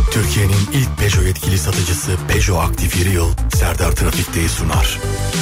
Türkiye'nin ilk Peugeot yetkili satıcısı Peugeot Aktif Yeri Yıl Serdar Trafik'teyi sunar.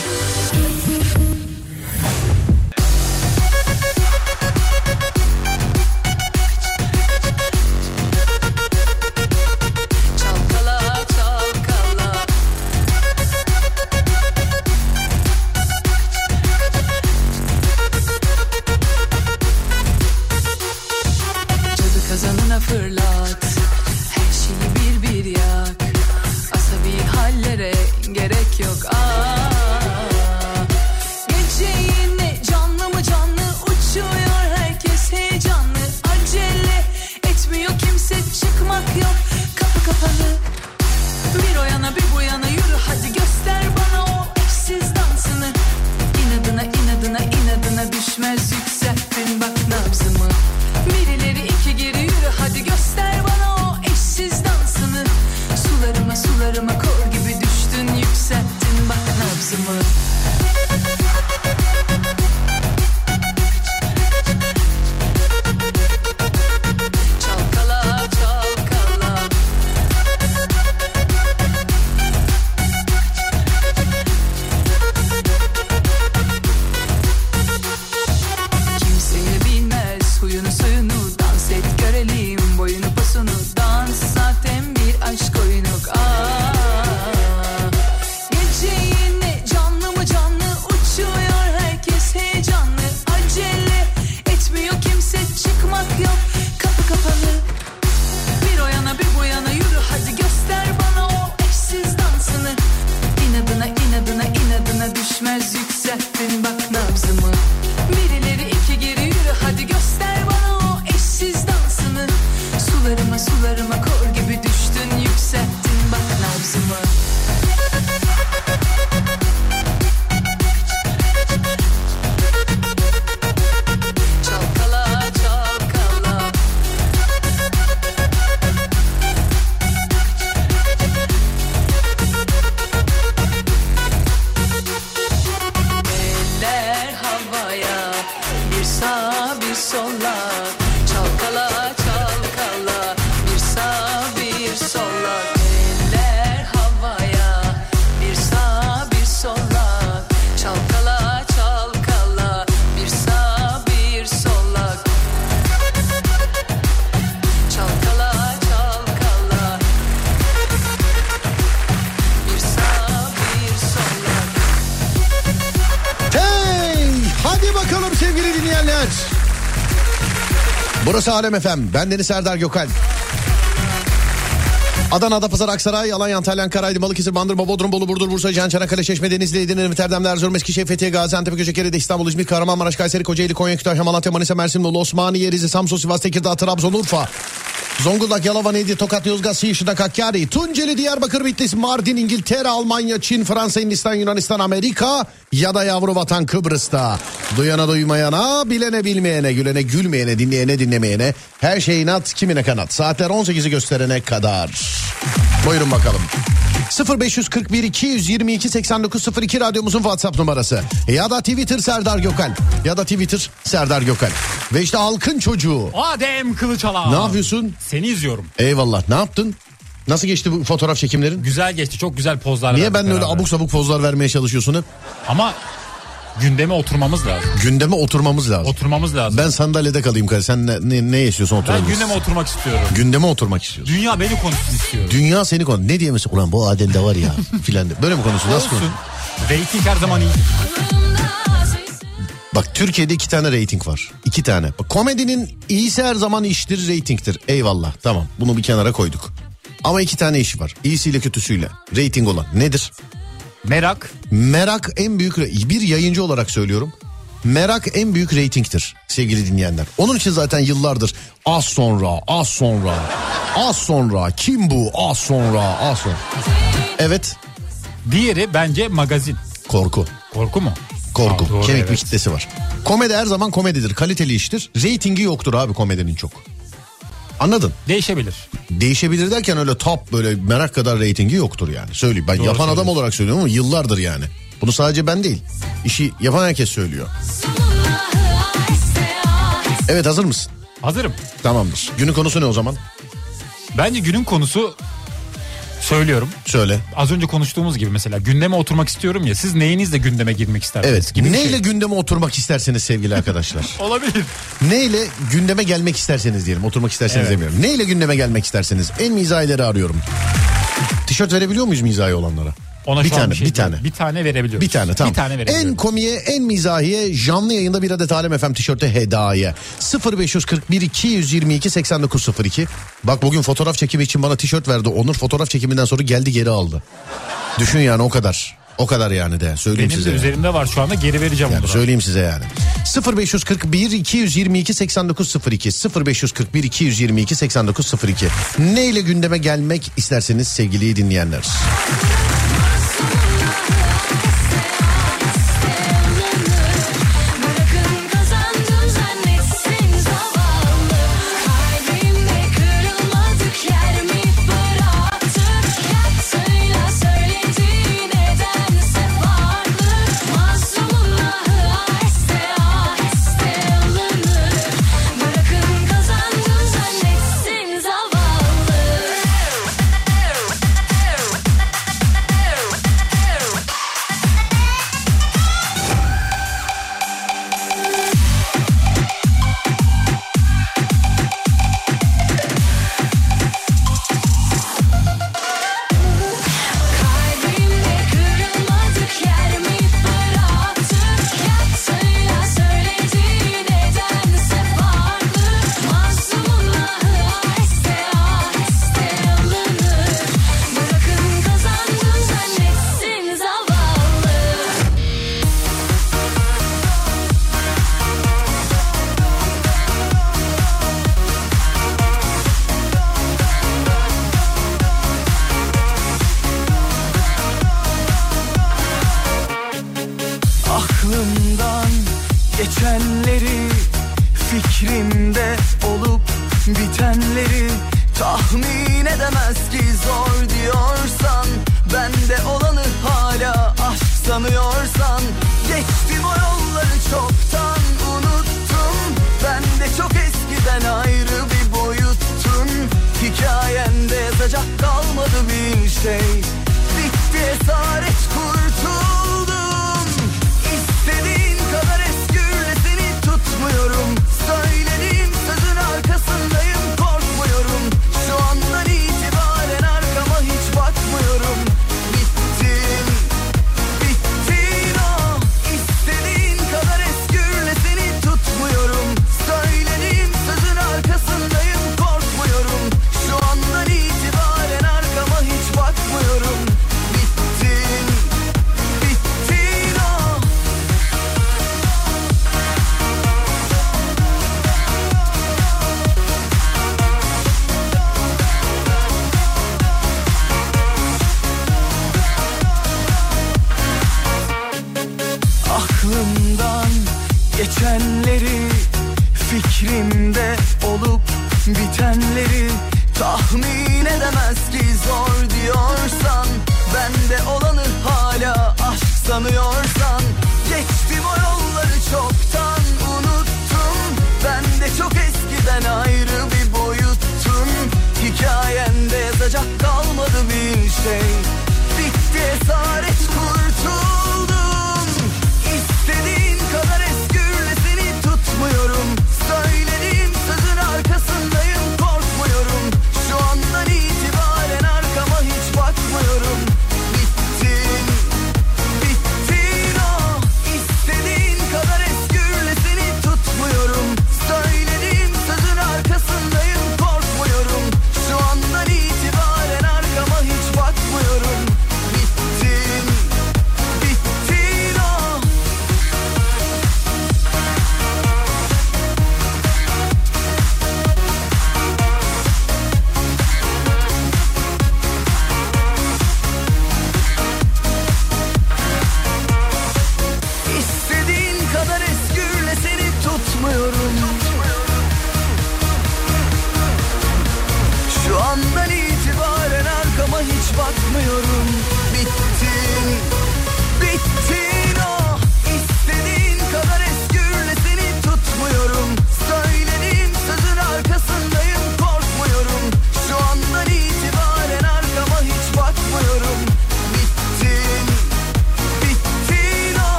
Burası Alem FM. Ben Deniz Serdar Gökalp. Adana, Adapazarı, Aksaray, Alanya, Antalya, Ankara, Balıkesir, Bandırma, Bodrum, Bolu, Burdur, Bursa, Can, Çanakkale, Çeşme, Denizli, Edirne, Erdem, Erzurum, Eskişehir, Fethiye, Gaziantep, Göcekere, İstanbul, İzmir, Kahramanmaraş, Kayseri, Kocaeli, Konya, Kütahya, Malatya, Manisa, Mersin, Bolu, Osmaniye, Rize, Samsun, Sivas, Tekirdağ, Trabzon, Urfa, Zonguldak, Yalova, Niğde, Tokat, Yozgat, Siirt, Şırnak, Hakkari, Tunceli, Diyarbakır, Bitlis, Mardin, İngiltere, Almanya, Çin, Fransa, Hindistan, Yunanistan, Amerika ya da yavru vatan Kıbrıs'ta. Duyana duymayana, bilene bilmeyene, gülene gülmeyene, dinleyene dinlemeyene, her şey inat, kimine kanat. Saatler 18'i gösterene kadar. Buyurun bakalım. 0541 222 8902 radyomuzun WhatsApp numarası. Ya da Twitter Serdar Gökalp. Ya da Twitter Serdar Gökalp. Ve işte halkın çocuğu Adem Kılıçalan. Ne yapıyorsun? Seni izliyorum. Eyvallah. Ne yaptın? Nasıl geçti bu fotoğraf çekimlerin? Güzel geçti. Çok güzel pozlar. Niye ben öyle abuk sabuk pozlar vermeye çalışıyorsun hep? Ama gündeme oturmamız lazım. Gündeme oturmamız lazım. Oturmamız lazım. Ben sandalyede kalayım kardeşim. Sen ne istiyorsun oturalım? Ben gündeme oturmak istiyorum. Gündeme oturmak istiyorsun. Dünya beni konuşsun istiyorum. Dünya seni konuşsun. Ne diyemezsin? Ulan bu Adem'de var ya filan. Böyle mi konuşuyorsun? Nasıl konuşuyorsun? Rating her zaman iyi. Bak Türkiye'de 2 tane reyting var. 2 tane. Bak, komedinin iyisi her zaman iştir, reytingtir. Eyvallah, tamam, bunu bir kenara koyduk. Ama 2 tane işi var. İyisiyle kötüsüyle. Reyting olan. Nedir? Merak. Merak en büyük, bir yayıncı olarak söylüyorum. Merak en büyük reytingtir sevgili dinleyenler. Onun için zaten yıllardır az sonra kim bu az sonra. Evet. Diğeri bence magazin. Korku. Korku mu? Korku. Aa, doğru, kemik evet. bir kitlesi var. Komedi her zaman komedidir. Kaliteli iştir. Reytingi yoktur abi komedinin çok. Anladın? Değişebilir. Değişebilir derken öyle top böyle merak kadar reytingi yoktur yani. Söyleyeyim. Ben Doğru yapan adam olarak söylüyorum ama yıllardır yani. Bunu sadece ben değil. İşi yapan herkes söylüyor. Evet, hazır mısın? Hazırım. Tamamdır. Günün konusu ne o zaman? Bence günün konusu, söylüyorum. Söyle. Az önce konuştuğumuz gibi mesela gündeme oturmak istiyorum ya. Siz neyinizle gündeme girmek istersiniz? Evet. Gibi Neyle gündeme oturmak isterseniz sevgili arkadaşlar? Olabilir. Neyle gündeme gelmek isterseniz diyelim. Oturmak isterseniz Evet. demiyorum. Neyle gündeme gelmek isterseniz? En mizahileri arıyorum. Tişört verebiliyor muyuz mizahi olanlara? Ona Bir şu an tane, bir şey bir tane. diyeyim. Bir tane verebiliyoruz. Bir tane, tamam. Bir tane verebiliyoruz. En komiye, en mizahiye canlı yayında bir adet Alem FM tişörtü hediye. 0541 222 8902. Bak bugün fotoğraf çekimi için bana tişört verdi Onur. Fotoğraf çekiminden sonra geldi geri aldı. Düşün yani o kadar. O kadar yani de söyleyeyim Benim size. de üzerimde var şu anda, geri vereceğim Yani onu. söyleyeyim size yani. 0541 222 8902 0541 222 8902. Neyle gündeme gelmek isterseniz sevgili dinleyenler. Aklımdan geçenleri, fikrimde olup bitenleri tahmin edemez ki zor diyorsan, bende olanı hala aşk sanıyorsan, geçtim o yolları çoktan unuttum. Ben de çok eskiden ayrı bir boyuttun. Hikayende yazacak kalmadı bir şey. Bitti esaret, kurtuldum. İstediğin kadar eskürle seni tutmuyorum. Söylediğim sözün arkasındayım, korkmuyorum. Şu andan itibaren arkama hiç bakmıyorum. Bittin, bittin o. İstediğin kadar eskürle seni tutmuyorum. Söylediğim sözün arkasındayım, korkmuyorum. Şu andan itibaren arkama hiç bakmıyorum. Bittin, bittin o. Aklımdan geçenleri, fikrimde olup bitenleri tahmin edemez ki zor diyorsan, bende olanı hala aşk sanıyorsan, geçtim o yolları çoktan unuttum. Ben de çok eskiden ayrı bir boyuttun. Hikayende yazacak kalmadı bir şey. Bitti esaret, kurtuldum. İstediğin kadar eskürle seni tutmuyorum. Söylediğim sözün arkasındayım, korkmuyorum. Şu andan itibaren arkama hiç bakmıyorum. Bittin, bittin o. İstediğin kadar eskürle seni tutmuyorum. Söylediğim sözün arkasındayım, korkmuyorum. Şu andan itibaren arkama hiç bakmıyorum. Bittin,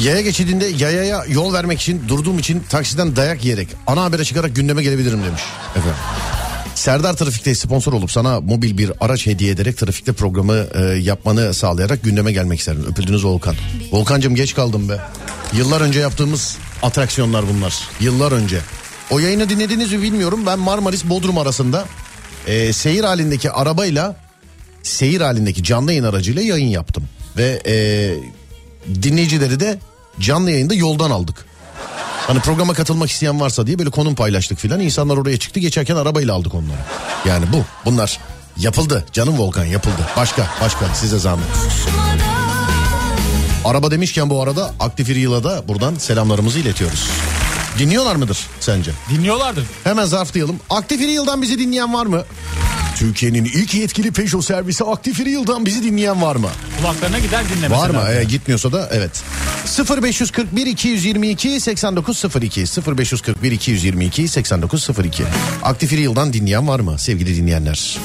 Yaya geçidinde yayaya yol vermek için durduğum için taksiden dayak yiyerek ana habere çıkarak gündeme gelebilirim demiş. Efendim. Serdar Trafik'te sponsor olup sana mobil bir araç hediye ederek trafikte programı yapmanı sağlayarak gündeme gelmek isterim. Öpüldünüz Volkan. Volkancığım geç kaldım be. Yıllar önce yaptığımız atraksiyonlar bunlar. Yıllar önce. O yayını dinlediniz mi bilmiyorum. Ben Marmaris Bodrum arasında seyir halindeki canlı yayın aracıyla yayın yaptım. Ve dinleyicileri de canlı yayında yoldan aldık. Hani programa katılmak isteyen varsa diye böyle konum paylaştık filan. İnsanlar oraya çıktı, geçerken arabayla aldık onları. Yani bunlar yapıldı. Canım Volkan, yapıldı. Başka size zahmet. Araba demişken bu arada Aktif Yıl'a da buradan selamlarımızı iletiyoruz. Dinliyorlar mıdır sence? Dinliyorlardır. Hemen zarflayalım. Aktif Yıl'dan bizi dinleyen var mı? Türkiye'nin ilk yetkili Peugeot servisi Aktif Yıl'dan bizi dinleyen var mı? Kulaklarına gider dinlemesi var mı? lazım. Gitmiyorsa da evet. 0541 222 8902 0541 222 8902 Aktif Yıl'dan dinleyen var mı sevgili dinleyenler?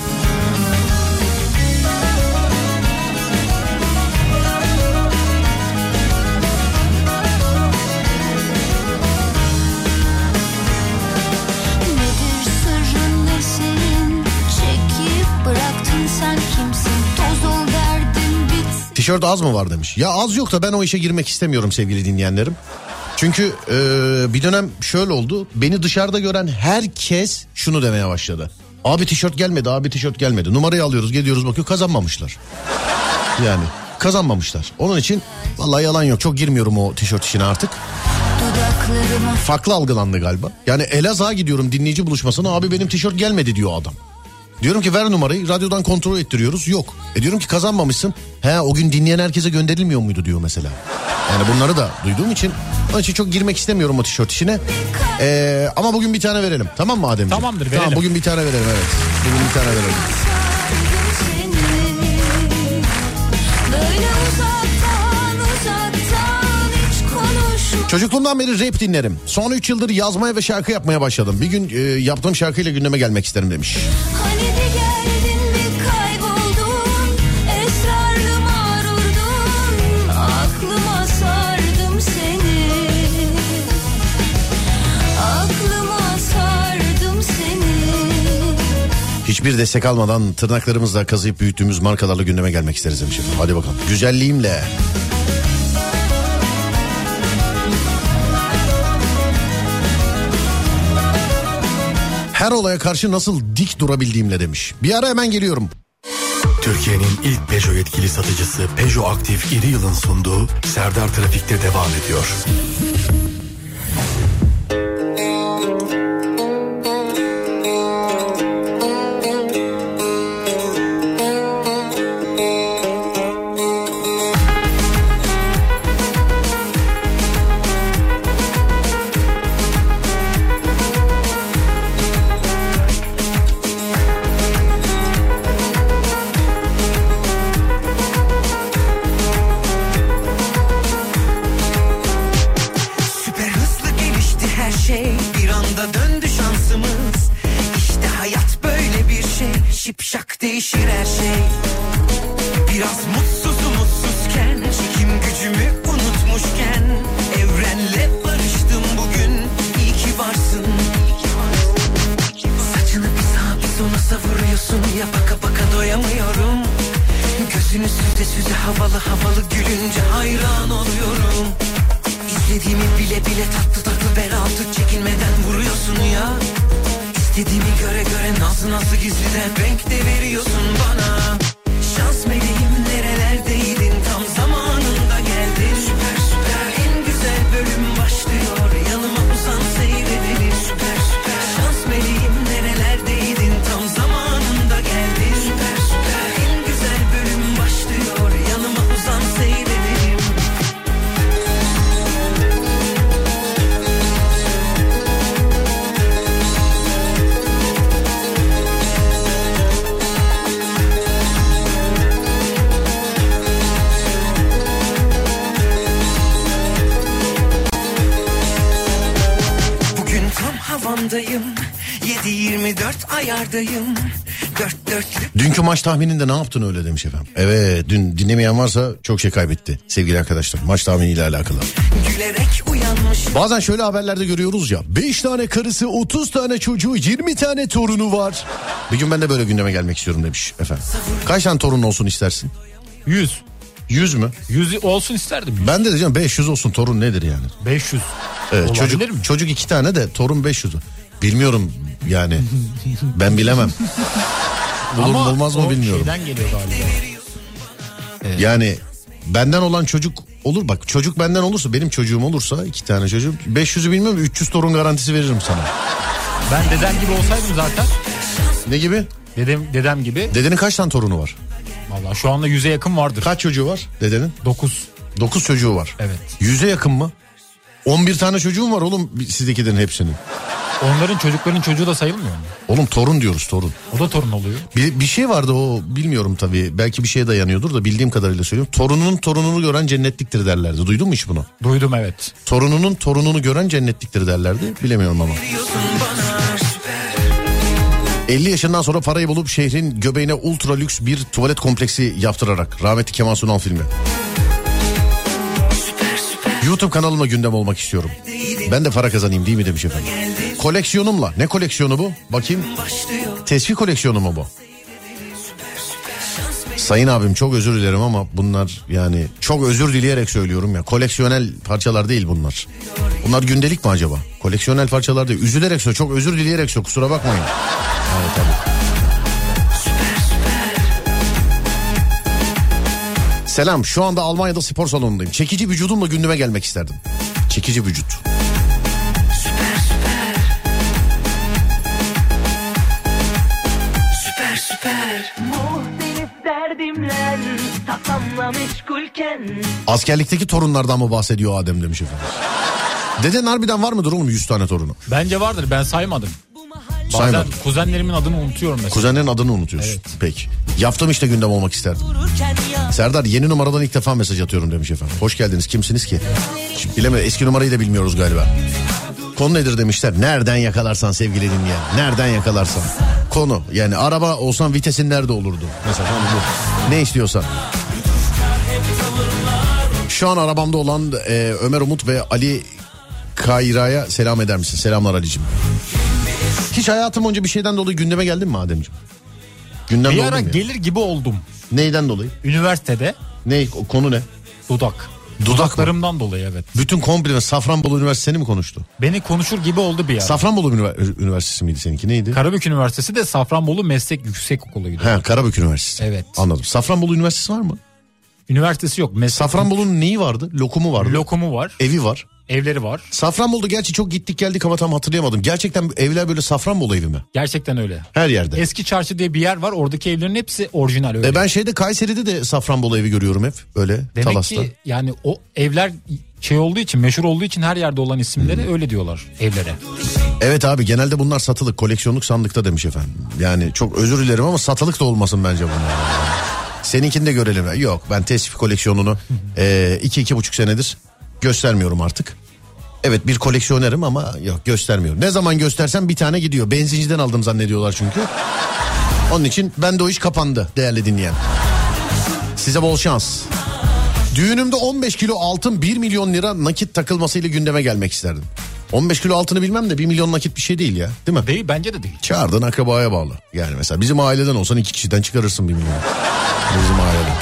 Tişört az mı var demiş. Ya az yok da ben o işe girmek istemiyorum sevgili dinleyenlerim. Çünkü bir dönem şöyle oldu. Beni dışarıda gören herkes şunu demeye başladı. Abi tişört gelmedi. Numarayı alıyoruz, gidiyoruz, bakıyor, kazanmamışlar. Yani kazanmamışlar. Onun için vallahi yalan yok, çok girmiyorum o tişört işine artık. Farklı algılandı galiba. Yani Elazığ'a gidiyorum dinleyici buluşmasına, abi benim tişört gelmedi diyor adam. Diyorum ki ver numarayı, radyodan kontrol ettiriyoruz, yok. Diyorum ki kazanmamışsın. O gün dinleyen herkese gönderilmiyor muydu diyor mesela. Yani bunları da duyduğum için onun için çok girmek istemiyorum o tişört işine. Ama bugün bir tane verelim, tamam mı Ademciğim? Tamamdır, verelim. Tamam, bugün bir tane verelim, evet. Bugün bir tane verelim. Çocukluğumdan beri rap dinlerim. Son 3 yıldır yazmaya ve şarkı yapmaya başladım. Bir gün yaptığım şarkıyla gündeme gelmek isterim demiş. Hani de geldin mi kayboldun, esrarlı mağrurdun, aklıma sardım seni, aklıma sardım seni. Hiçbir destek almadan tırnaklarımızla kazıyıp büyüttüğümüz markalarla gündeme gelmek isteriz demiş. Hadi bakalım. Güzelliğimle. Her olaya karşı nasıl dik durabildiğimle demiş. Bir ara hemen geliyorum. Türkiye'nin ilk Peugeot yetkili satıcısı Peugeot Aktif İri Yıl'ın sunduğu Serdar Trafik'te devam ediyor. Şipşak değişir her şey. Biraz mutsuzken, çekim gücümü unutmuşken, evrenle barıştım bugün. İyi ki varsın. Saçını bir sağa bir sola savuruyorsun ya, baka baka doyamıyorum. Gözünü süze havalı gülünce hayran oluyorum. İstediğimi bile tatlı bel altı çekinmeden vuruyorsun ya. İstediğimi göre nazlı gizliden renk de veriyorsun bana. Şans meleğim nerelerdeydin, tam zamanında geldin. Süper en güzel bölüm başlıyor, yanıma uzan seyredelim. Süper şans meleğim nerelerdeydin, tam zamanında geldin. Süper en güzel bölüm başlıyor, yanıma uzan seyredelim. Havamdayım, 7/24 ayardayım. dört dörtlük. Dünkü maç tahmininde ne yaptın öyle demiş efendim. Evet, dün dinlemeyen varsa çok şey kaybetti sevgili arkadaşlar. Maç tahminiyle alakalı. Gülerek uyanmış. Bazen şöyle haberlerde görüyoruz ya. 5 tane karısı, 30 tane çocuğu, 20 tane torunu var. Bir gün ben de böyle gündeme gelmek istiyorum demiş efendim. Kaç tane torun olsun istersin? 100. 100 mü? 100 olsun isterdim. Ben de diyeceğim 500 olsun, torun nedir yani? 500. Evet, Olabilir mi? çocuk 2 tane de torun 500'ü. Bilmiyorum yani. Ben bilemem. Olur mu olmaz mı bilmiyorum. Şeyden geliyor galiba. Yani benden olan çocuk olur, bak çocuk benden olursa, benim çocuğum olursa 2 tane çocuğum, 500'ü bilmiyorum, 300 torun garantisi veririm sana. Ben dedem gibi olsaydım zaten. Ne gibi? Dedem gibi. Dedenin kaç tane torunu var? Vallahi şu anda 100'e yakın vardır. Kaç çocuğu var dedenin? 9. 9 çocuğu var. Evet. 100'e yakın mı? 11 tane çocuğum var oğlum sizdekilerin hepsinin. Onların çocukların çocuğu da sayılmıyor mu? Oğlum torun diyoruz, torun. O da torun oluyor. Bir şey vardı, o bilmiyorum tabii, belki bir şeye dayanıyordur da bildiğim kadarıyla söylüyorum. Torununun torununu gören cennetliktir derlerdi. Duydun mu hiç bunu? Duydum, evet. Torununun torununu gören cennetliktir derlerdi. Bilemiyorum ama. 50 yaşından sonra parayı bulup şehrin göbeğine ultra lüks bir tuvalet kompleksi yaptırarak, rahmetli Kemal Sunal filmi. YouTube kanalıma gündem olmak istiyorum. Ben de para kazanayım değil mi demiş efendim. Koleksiyonumla. Ne koleksiyonu bu? Bakayım. Tesbih koleksiyonu mu bu? Sayın abim çok özür dilerim ama bunlar, yani çok özür dileyerek söylüyorum ya, koleksiyonel parçalar değil bunlar. Bunlar gündelik mi acaba? Koleksiyonel parçalar değil. Üzülerek söylüyorum, çok özür dileyerek söylüyorum, kusura bakmayın. Evet tabii. Selam, şu anda Almanya'da spor salonundayım. Çekici vücudumla gündeme gelmek isterdim. Çekici vücut. Süper. Muhtelif derdimler tasamla meşgulken. Askerlikteki torunlardan mı bahsediyor Adem demiş efendim. Deden harbiden var mıdır oğlum 100 tane torunu? Bence vardır, ben saymadım. Bazen Saymadım. kuzenlerimin adını unutuyorum mesela. Kuzenlerin adını unutuyorsun. Evet. Peki. Yaptım işte, gündem olmak isterdim. Serdar, yeni numaradan ilk defa mesaj atıyorum demiş efendim. Hoş geldiniz, kimsiniz ki? Şimdi bilemedim, eski numarayı da bilmiyoruz galiba. Konu nedir demişler. Nereden yakalarsan sevgili dinleyen. Nereden yakalarsan. Konu yani, araba olsan vitesin nerede olurdu? Mesela bu. Ne istiyorsan. Şu an arabamda olan Ömer Umut ve Ali Kayra'ya selam eder misin? Selamlar Ali'cim. Hiç hayatım boyunca bir şeyden dolayı gündeme geldin mi Ademciğim? Gündemde Bir ara oldun ya. gelir gibi oldum. Neyden dolayı? Üniversitede Ne, konu ne? dudak. Dudak mı? Dudaklarımdan dolayı, evet. Bütün komple Safranbolu Üniversitesi'ni mi konuştu? Beni konuşur gibi oldu bir ara. Safranbolu Üniversitesi miydi seninki, neydi? Karabük Üniversitesi de Safranbolu Meslek Yüksekokulu'ydu. He, Karabük Üniversitesi. Evet. Anladım. Safranbolu Üniversitesi var mı? Üniversitesi yok. Safranbolu'nun neyi vardı? Lokumu vardı. Lokumu var. Evi var. Evleri var. Safranbolu'da gerçi çok gittik geldik ama tam hatırlayamadım. Gerçekten evler böyle Safranbolu evi mi? Gerçekten öyle. Her yerde. Eski Çarşı diye bir yer var. Oradaki evlerin hepsi orijinal öyle. Ben Kayseri'de de Safranbolu evi görüyorum hep. Öyle Demek Talas'ta. ki yani o evler olduğu için, meşhur olduğu için her yerde olan isimleri öyle diyorlar evlere. Evet abi, genelde bunlar satılık, koleksiyonluk sandıkta demiş efendim. Yani çok özür dilerim ama satılık da olmasın bence bunlar. Seninkini de görelim. Yok, ben tesbih koleksiyonunu 2-2,5 senedir göstermiyorum artık. Evet, bir koleksiyonerim ama yok, göstermiyorum. Ne zaman göstersem bir tane gidiyor. Benzinciden aldım zannediyorlar çünkü. Onun için ben de o iş kapandı değerli dinleyen. Size bol şans. Düğünümde 15 kilo altın 1 milyon lira nakit takılmasıyla gündeme gelmek isterdim. 15 kilo altını bilmem de 1 milyon nakit bir şey değil ya, değil mi? Değil, bence de değil. Çağırdığın akrabaya bağlı. Yani mesela bizim aileden olsan 2 kişiden çıkarırsın 1 milyon. Bizim aileden.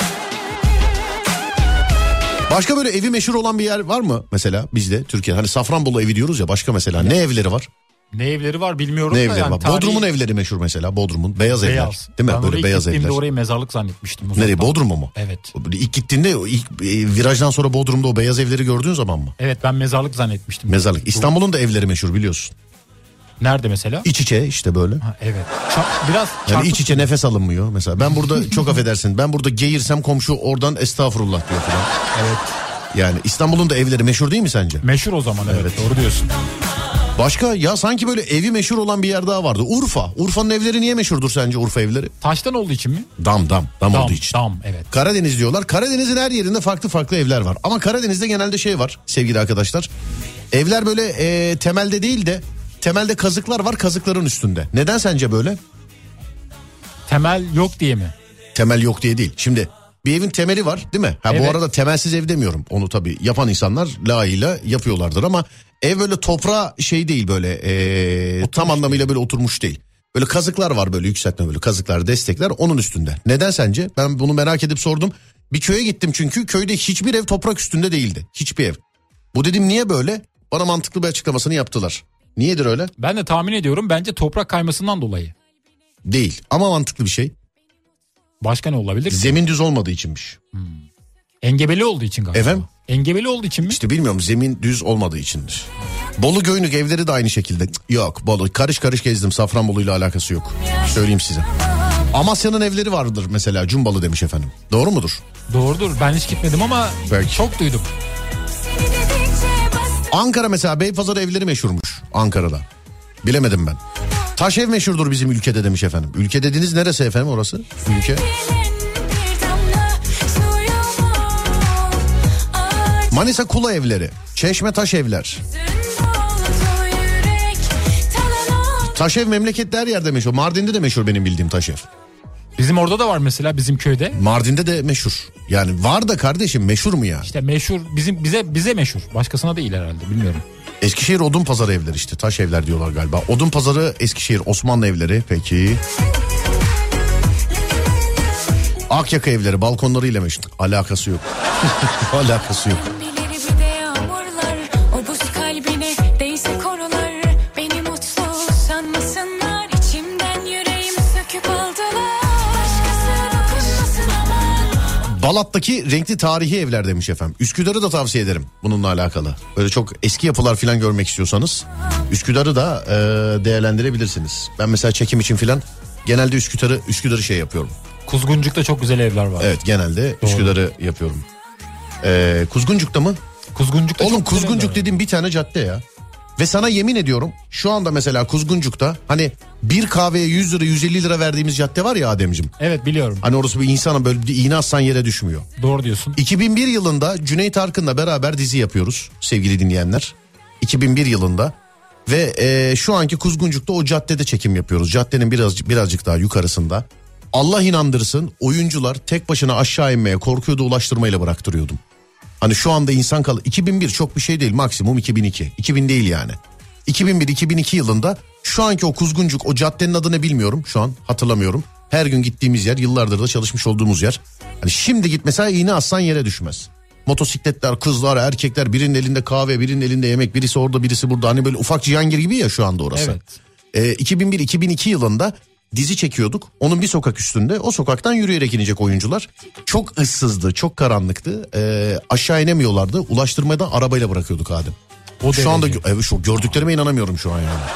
Başka böyle evi meşhur olan bir yer var mı mesela bizde Türkiye? Hani Safranbolu evi diyoruz ya, başka mesela ne evleri var? Ne evleri var bilmiyorum Ne da evleri yani var? Bodrum'un evleri meşhur mesela, Bodrum'un beyaz evler. Beyaz. Değil mi? Ben Böyle oraya beyaz gittiğimde evler. orayı mezarlık zannetmiştim. Nereye, Bodrum'u mu? Evet. İlk gittiğinde virajdan sonra Bodrum'da o beyaz evleri gördüğün zaman mı? Evet, ben mezarlık zannetmiştim. Mezarlık. İstanbul'un da evleri meşhur biliyorsun. Nerede mesela? İç içe işte böyle. Ha, evet. Biraz Yani çarpık. iç içe nefes alınmıyor mesela. Ben burada çok affedersin, ben burada geğirsem komşu oradan estağfurullah diyor falan. Evet. Yani İstanbul'un da evleri meşhur değil mi sence? Meşhur o zaman, evet. Doğru diyorsun. Başka ya, sanki böyle evi meşhur olan bir yer daha vardı. Urfa. Urfa'nın evleri niye meşhurdur sence, Urfa evleri? Taştan olduğu için mi? Dam olduğu için. Dam, evet. Karadeniz diyorlar. Karadeniz'in her yerinde farklı farklı evler var. Ama Karadeniz'de genelde şey var sevgili arkadaşlar. Evler böyle temelde değil de temelde kazıklar var, kazıkların üstünde. Neden sence böyle? Temel yok diye mi? Temel yok diye değil. Şimdi bir evin temeli var değil mi? Evet. Bu arada temelsiz ev demiyorum. Onu tabii yapan insanlar layığıyla yapıyorlardır ama ev böyle toprağa şey değil böyle tam anlamıyla böyle oturmuş değil. Böyle kazıklar var, böyle yükseltme, böyle kazıklar, destekler onun üstünde. Neden sence? Ben bunu merak edip sordum. Bir köye gittim çünkü köyde hiçbir ev toprak üstünde değildi. Hiçbir ev. Bu dedim niye böyle? Bana mantıklı bir açıklamasını yaptılar. Niyedir öyle? Ben de tahmin ediyorum, bence toprak kaymasından dolayı. Değil ama mantıklı bir şey. Başka ne olabilir? Zemin düz olmadığı içinmiş. Engebeli olduğu için galiba. Efendim? Engebeli olduğu için mi? İşte bilmiyorum, zemin düz olmadığı içindir. Bolu Göynük evleri de aynı şekilde. Yok, Bolu karış karış gezdim, Safranbolu'yla alakası yok. Söyleyeyim size. Amasya'nın evleri vardır mesela, Cumbalı demiş efendim. Doğru mudur? Doğrudur, ben hiç gitmedim ama Belki. çok duydum. Ankara mesela Beypazarı evleri meşhurmuş Ankara'da. Bilemedim ben. Taş ev meşhurdur bizim ülkede demiş efendim. Ülke dediğiniz neresi efendim orası? Ülke. Manisa Kula evleri. Çeşme taş evler. Taş ev memlekette her yerde meşhur. Mardin'de de meşhur benim bildiğim taş ev. Bizim orada da var mesela, bizim köyde. Mardin'de de meşhur. Yani var da kardeşim, meşhur mu ya? İşte meşhur, bize meşhur. Başkasına değil herhalde, bilmiyorum. Eskişehir Odunpazarı evleri işte. Taş evler diyorlar galiba. Odunpazarı Eskişehir Osmanlı evleri. Peki. Akyaka evleri balkonlarıyla meşhur. Alakası yok. Alakası yok. Balat'taki renkli tarihi evler demiş efendim. Üsküdar'ı da tavsiye ederim bununla alakalı. Böyle çok eski yapılar falan görmek istiyorsanız Üsküdar'ı da değerlendirebilirsiniz. Ben mesela çekim için falan genelde Üsküdar'ı şey yapıyorum. Kuzguncuk'ta çok güzel evler var. Evet, genelde doğru. Üsküdar'ı yapıyorum. Kuzguncuk'ta mı? Kuzguncuk'ta. Oğlum Kuzguncuk dediğim bir tane cadde ya. Ve sana yemin ediyorum şu anda mesela Kuzguncuk'ta hani bir kahveye 100 lira 150 lira verdiğimiz cadde var ya Ademciğim. Evet, biliyorum. Hani orası bir insana böyle bir iğne atsan yere düşmüyor. Doğru diyorsun. 2001 yılında Cüneyt Arkın'la beraber dizi yapıyoruz sevgili dinleyenler. 2001 yılında ve şu anki Kuzguncuk'ta o caddede çekim yapıyoruz. Caddenin birazcık daha yukarısında. Allah inandırsın, oyuncular tek başına aşağı inmeye korkuyordu, ulaştırmayla bıraktırıyordum. Hani şu anda insan 2001 çok bir şey değil, maksimum 2002. 2000 değil yani. 2001-2002 yılında şu anki o Kuzguncuk, o caddenin adını bilmiyorum şu an, hatırlamıyorum. Her gün gittiğimiz yer, yıllardır da çalışmış olduğumuz yer. Hani şimdi git mesela, iğne atsan yere düşmez. Motosikletler, kızlar, erkekler, birinin elinde kahve, birinin elinde yemek, birisi orada birisi burada. Hani böyle ufak Cihangir gibi ya şu anda orası. Evet. 2001-2002 yılında dizi çekiyorduk. Onun bir sokak üstünde, o sokaktan yürüyerek inecek oyuncular. Çok ıssızdı, çok karanlıktı. Aşağı inemiyorlardı. Ulaştırmada arabayla bırakıyorduk Adem. O şu anda evet, şu gördüklerime inanamıyorum şu an yani.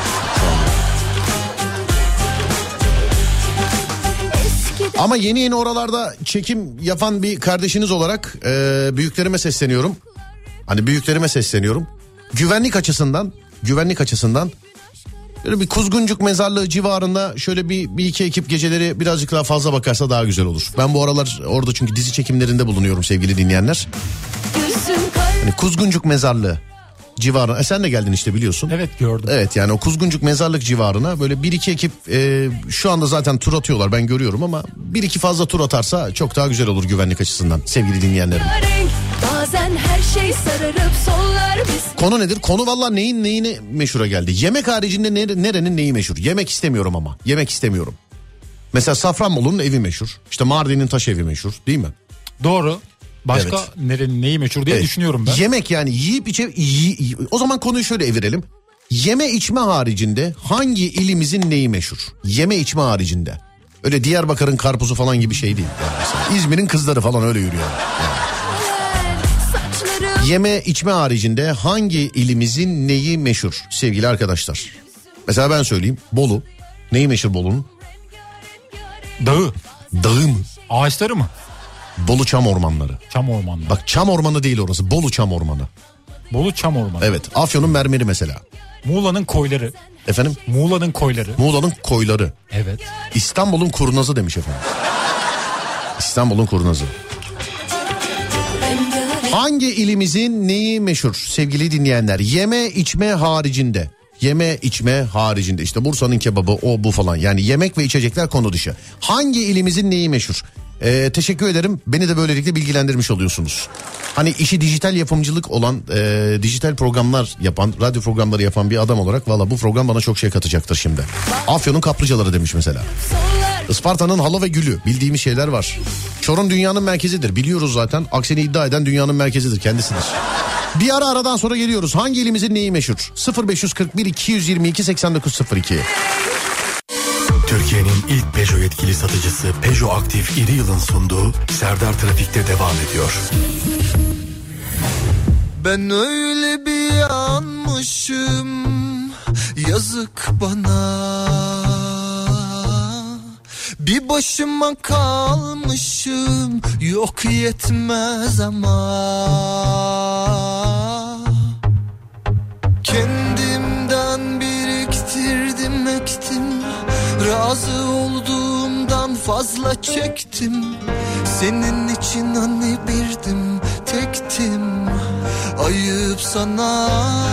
Ama yeni oralarda çekim yapan bir kardeşiniz olarak büyüklerime sesleniyorum. Hani büyüklerime sesleniyorum. Güvenlik açısından böyle bir Kuzguncuk mezarlığı civarında şöyle bir iki ekip geceleri birazcık daha fazla bakarsa daha güzel olur. Ben bu aralar orada çünkü dizi çekimlerinde bulunuyorum sevgili dinleyenler. Hani Kuzguncuk mezarlığı civarına, sen de geldin işte biliyorsun. Evet, gördüm. Evet, yani o Kuzguncuk mezarlık civarına böyle bir iki ekip şu anda zaten tur atıyorlar, ben görüyorum, ama bir iki fazla tur atarsa çok daha güzel olur güvenlik açısından sevgili dinleyenlerim. Bazen her şey sararıp sollar biz. Konu nedir? Konu valla neyine meşhura geldi. Yemek haricinde nerenin neyi meşhur? Yemek istemiyorum ama. Yemek istemiyorum. Mesela Safranbolu'nun evi meşhur. İşte Mardin'in taş evi meşhur, değil mi? Doğru. Başka Evet. nerenin neyi meşhur diye düşünüyorum ben. Yemek yani yiyip o zaman konuyu şöyle evirelim. Yeme içme haricinde hangi ilimizin neyi meşhur? Yeme içme haricinde. Öyle Diyarbakır'ın karpuzu falan gibi şey değil. Yani İzmir'in kızları falan öyle yürüyor. Yani. Yeme içme haricinde hangi ilimizin neyi meşhur sevgili arkadaşlar? Mesela ben söyleyeyim. Bolu. Neyi meşhur Bolu'nun? Dağı. Dağı mı? Ağaçları mı? Bolu çam ormanları. Çam ormanları. Bak, çam ormanı değil orası. Bolu çam ormanı. Bolu çam ormanı. Evet. Afyon'un mermeri mesela. Muğla'nın koyları. Efendim? Muğla'nın koyları. Muğla'nın koyları. Evet. İstanbul'un kurnazı demiş efendim. İstanbul'un kurnazı. Hangi ilimizin neyi meşhur sevgili dinleyenler? Yeme içme haricinde. Yeme içme haricinde işte Bursa'nın kebabı o bu falan, yani yemek ve içecekler konu dışı. Hangi ilimizin neyi meşhur? Teşekkür ederim, beni de böylelikle bilgilendirmiş oluyorsunuz. Hani işi dijital yapımcılık olan, dijital programlar yapan, radyo programları yapan bir adam olarak valla bu program bana çok şey katacaktır şimdi. Afyon'un kaplıcaları demiş mesela. Isparta'nın halı ve gülü, bildiğimiz şeyler var. Çorum dünyanın merkezidir, biliyoruz zaten. Aksini iddia eden dünyanın merkezidir, kendisidir. Bir aradan sonra geliyoruz. Hangi ilimizin neyi meşhur? 0541 222 8902. Türkiye'nin ilk Peugeot yetkili satıcısı Peugeot Aktif İri Yıl'ın sunduğu Serdar Trafik'te devam ediyor. Ben öyle bir yanmışım, yazık bana. Bir başıma kalmışım, yok yetmez ama. Kendimden biriktirdim, ektim. Razı olduğumdan fazla çektim. Senin için hani birdim, tektim. Ayıp sana.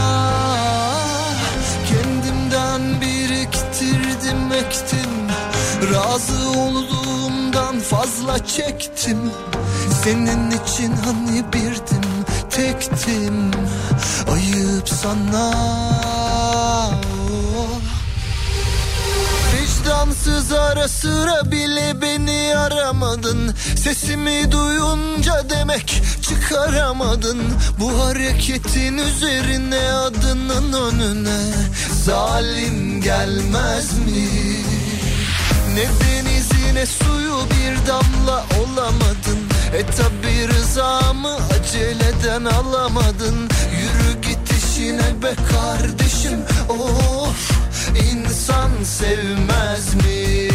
Kendimden biriktirdim, ektim. Razı olduğumdan fazla çektim. Senin için hani birdim, tektim. Ayıp sana. Vicdansız ara sıra bile beni aramadın. Sesimi duyunca demek çıkaramadın. Bu hareketin üzerine adının önüne zalim gelmez mi? Ne denizi ne suyu bir damla olamadın. Tabi rızamı aceleden alamadın. Yürü git işine be kardeşim. Of, insan sevmez mi?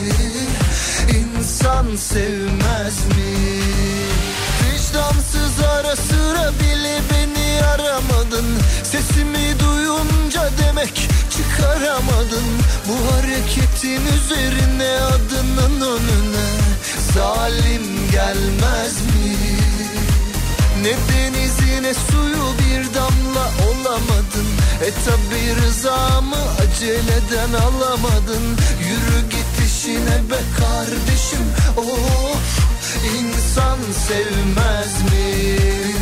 İnsan sevmez mi? Vicdansız ara sıra bile beni aramadın. Sesimi duyunca demek çıkaramadın. Bu hareketin üzerine adının önüne zalim gelmez mi? Ne denizi ne suyu bir damla olamadın. Tabi rızamı aceleden alamadın. Yürü git işine be kardeşim. Of, insan sevmez mi?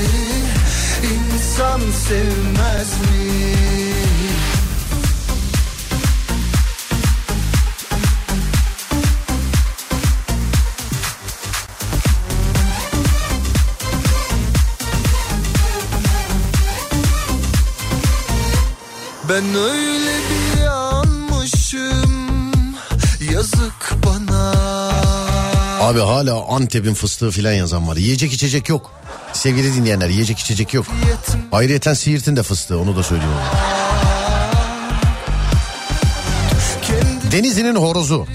İnsan sevmez mi? Ben öyle bir yanmışım, yazık bana. Abi hala Antep'in fıstığı filan yazan var. Yiyecek içecek yok. Sevgili dinleyenler, yiyecek içecek yok. Ayrıyeten Siirt'in de fıstığı, onu da söylüyorum. Denizli'nin horozu.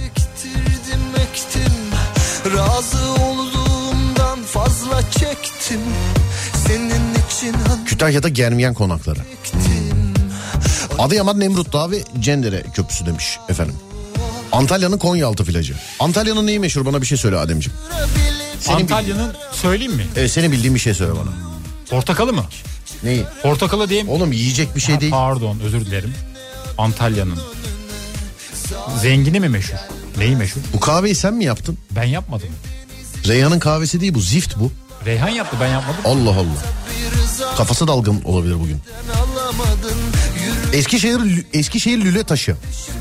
Razı olduğumdan fazla çektim. Senin için Kütahya'da Germiyan konakları. Adıyaman Nemrut Dağı ve Cendere Köprüsü demiş efendim. Antalya'nın Konyaaltı plajı. Antalya'nın neyi meşhur, bana bir şey söyle Ademciğim. Antalya'nın söyleyeyim mi? Evet, senin bildiğin bir şey söyle bana. Portakalı mı? Neyi? Portakalı diyeyim. Oğlum yiyecek bir şey değil. Pardon, özür dilerim. Antalya'nın zengini mi meşhur? Neyi meşhur? Bu kahveyi sen mi yaptın? Ben yapmadım. Reyhan'ın kahvesi değil bu, zift bu. Reyhan yaptı, ben yapmadım. Allah Allah. Kafası dalgın olabilir bugün. Eskişehir lüle taşı.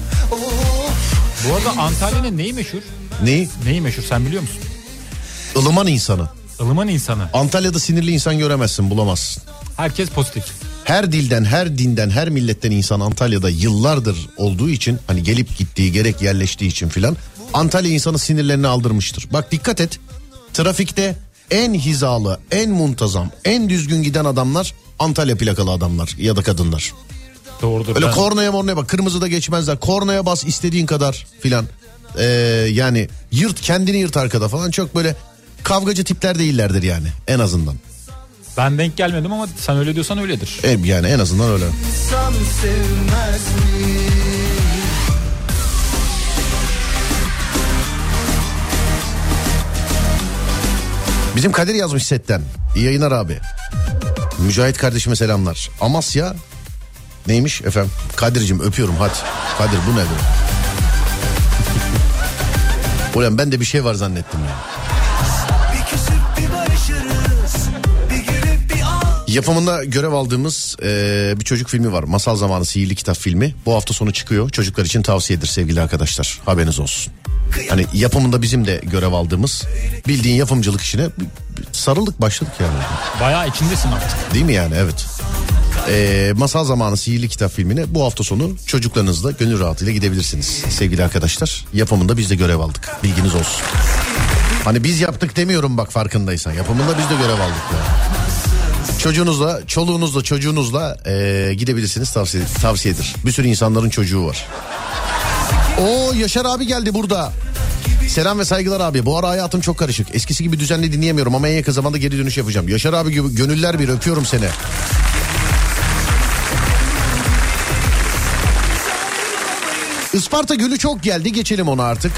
Bu arada Antalya'nın neyi meşhur? Neyi? Neyi meşhur, sen biliyor musun? Ilıman insanı. Ilıman insanı. Antalya'da sinirli insan göremezsin, bulamazsın. Herkes pozitif. Her dilden, her dinden, her milletten insan Antalya'da yıllardır olduğu için, hani gelip gittiği, gerek yerleştiği için filan, Antalya insanı sinirlerini aldırmıştır. Bak dikkat et, trafikte en hizalı, en muntazam, en düzgün giden adamlar Antalya plakalı adamlar ya da kadınlar. Doğrudur. Öyle kornaya mornaya bak, kırmızıda geçmezler, kornaya bas istediğin kadar filan. Yani yırt, kendini yırt arkada falan, çok böyle kavgacı tipler değillerdir yani, en azından. Ben denk gelmedim ama sen öyle diyorsan öyledir. Yani en azından öyle. İnsan sevmez mi? Bizim Kadir yazmış setten. İyi yayınlar abi. Mücahit kardeşime selamlar. Amasya Neymiş efendim? Kadir'cim öpüyorum hadi. Kadir bu nedir? Ulan ben de bir şey var zannettim ya. Yapımında görev aldığımız bir çocuk filmi var. Masal Zamanı Sihirli Kitap filmi. Bu hafta sonu çıkıyor. Çocuklar için tavsiyedir sevgili arkadaşlar. Haberiniz olsun. Hani yapımında bizim de görev aldığımız bildiğin yapımcılık işine sarıldık başladık yani. Bayağı içindesin artık. Değil mi yani evet. Masal Zamanı Sihirli Kitap filmine bu hafta sonu çocuklarınızla gönül rahatıyla gidebilirsiniz sevgili arkadaşlar. Yapımında biz de görev aldık. Bilginiz olsun. Hani biz yaptık demiyorum bak farkındaysan. Yapımında biz de görev aldık yani. Çocuğunuzla, çoluğunuzla, çocuğunuzla gidebilirsiniz tavsiyedir. Bir sürü insanların çocuğu var. Oo Yaşar abi geldi burada. Selam ve saygılar abi. Bu ara hayatım çok karışık. Eskisi gibi düzenli dinleyemiyorum ama en yakın zamanda geri dönüş yapacağım. Yaşar abi gibi gönüller bir öpüyorum seni. Isparta Gölü çok geldi. Geçelim ona artık.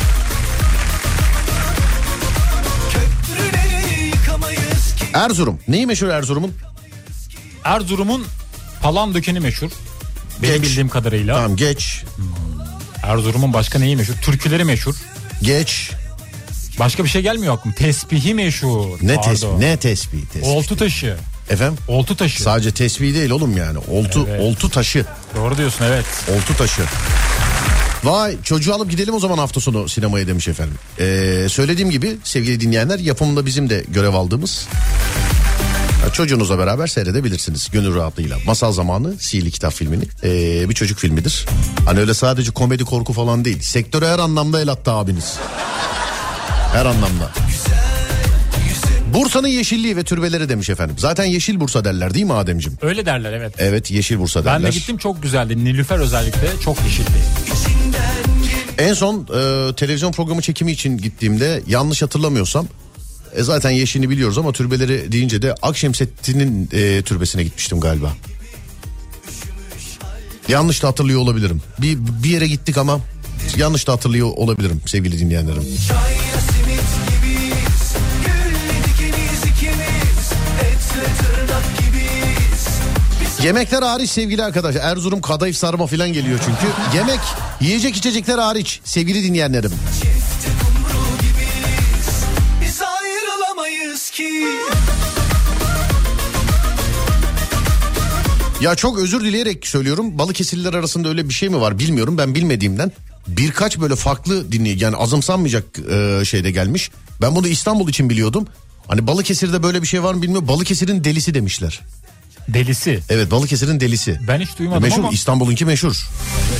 Erzurum. Neyi meşhur Erzurum'un? Erzurum'un Palandöken'i meşhur. Benim bildiğim kadarıyla. Tamam geç. Erzurum'un başka neyi meşhur? Türküleri meşhur. Geç. Başka bir şey gelmiyor aklıma. Tespihi meşhur. Ne tesbih? Ne tesbih? Oltu taşı. Efendim? Oltu taşı. Sadece tesbih değil oğlum yani. Oltu taşı. Doğru diyorsun evet. Oltu taşı. Vay çocuğu alıp gidelim o zaman hafta sonu sinemaya demiş efendim. Söylediğim gibi sevgili dinleyenler yapımında bizim de görev aldığımız çocuğunuzla beraber seyredebilirsiniz gönül rahatlığıyla. Masal Zamanı Sihirli Kitap filmini bir çocuk filmidir. Hani öyle sadece komedi korku falan değil. Sektöre her anlamda el attı abiniz. Her anlamda. Bursa'nın yeşilliği ve türbeleri demiş efendim. Zaten yeşil Bursa derler değil mi Ademciğim? Öyle derler evet. Evet yeşil Bursa derler. Ben de gittim çok güzeldi. Nilüfer özellikle çok yeşildi. En son televizyon programı çekimi için gittiğimde yanlış hatırlamıyorsam zaten yeşilini biliyoruz ama türbeleri deyince de Akşemseddin'in türbesine gitmiştim galiba. Yanlış da hatırlıyor olabilirim. Bir yere gittik ama yanlış da hatırlıyor olabilirim sevgili dinleyenlerim. Yemekler hariç sevgili arkadaşlar. Erzurum kadayıf sarma falan geliyor çünkü. Yemek, yiyecek içecekler hariç sevgili dinleyenlerim. Biz ayrılamayız ki. Ya çok özür dileyerek söylüyorum. Balıkesirliler arasında öyle bir şey mi var bilmiyorum. Ben bilmediğimden birkaç böyle farklı dinleyici yani azımsanmayacak şeyde gelmiş. Ben bunu İstanbul için biliyordum. Hani Balıkesir'de böyle bir şey var mı bilmiyorum. Balıkesir'in delisi demişler. Delisi. Evet Balıkesir'in delisi. Ben hiç duymadım meşhur, ama. İstanbul'unki meşhur. Evet.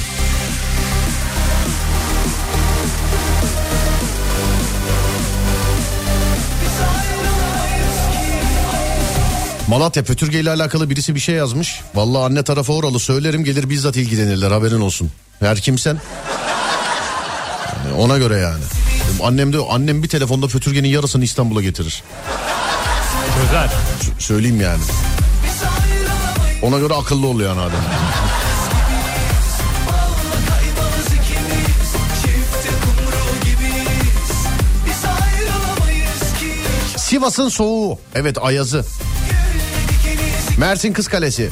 Malatya Pötürge ile alakalı birisi bir şey yazmış. Vallahi anne tarafı oralı söylerim gelir bizzat ilgilenirler haberin olsun. Her kimsen. Yani ona göre yani. Annem bir telefonda Pötürge'nin yarısını İstanbul'a getirir. Güzel. Söyleyeyim yani. Ona göre akıllı ol yani adam. Sivas'ın soğuğu. Evet ayazı. Mersin Kız Kalesi.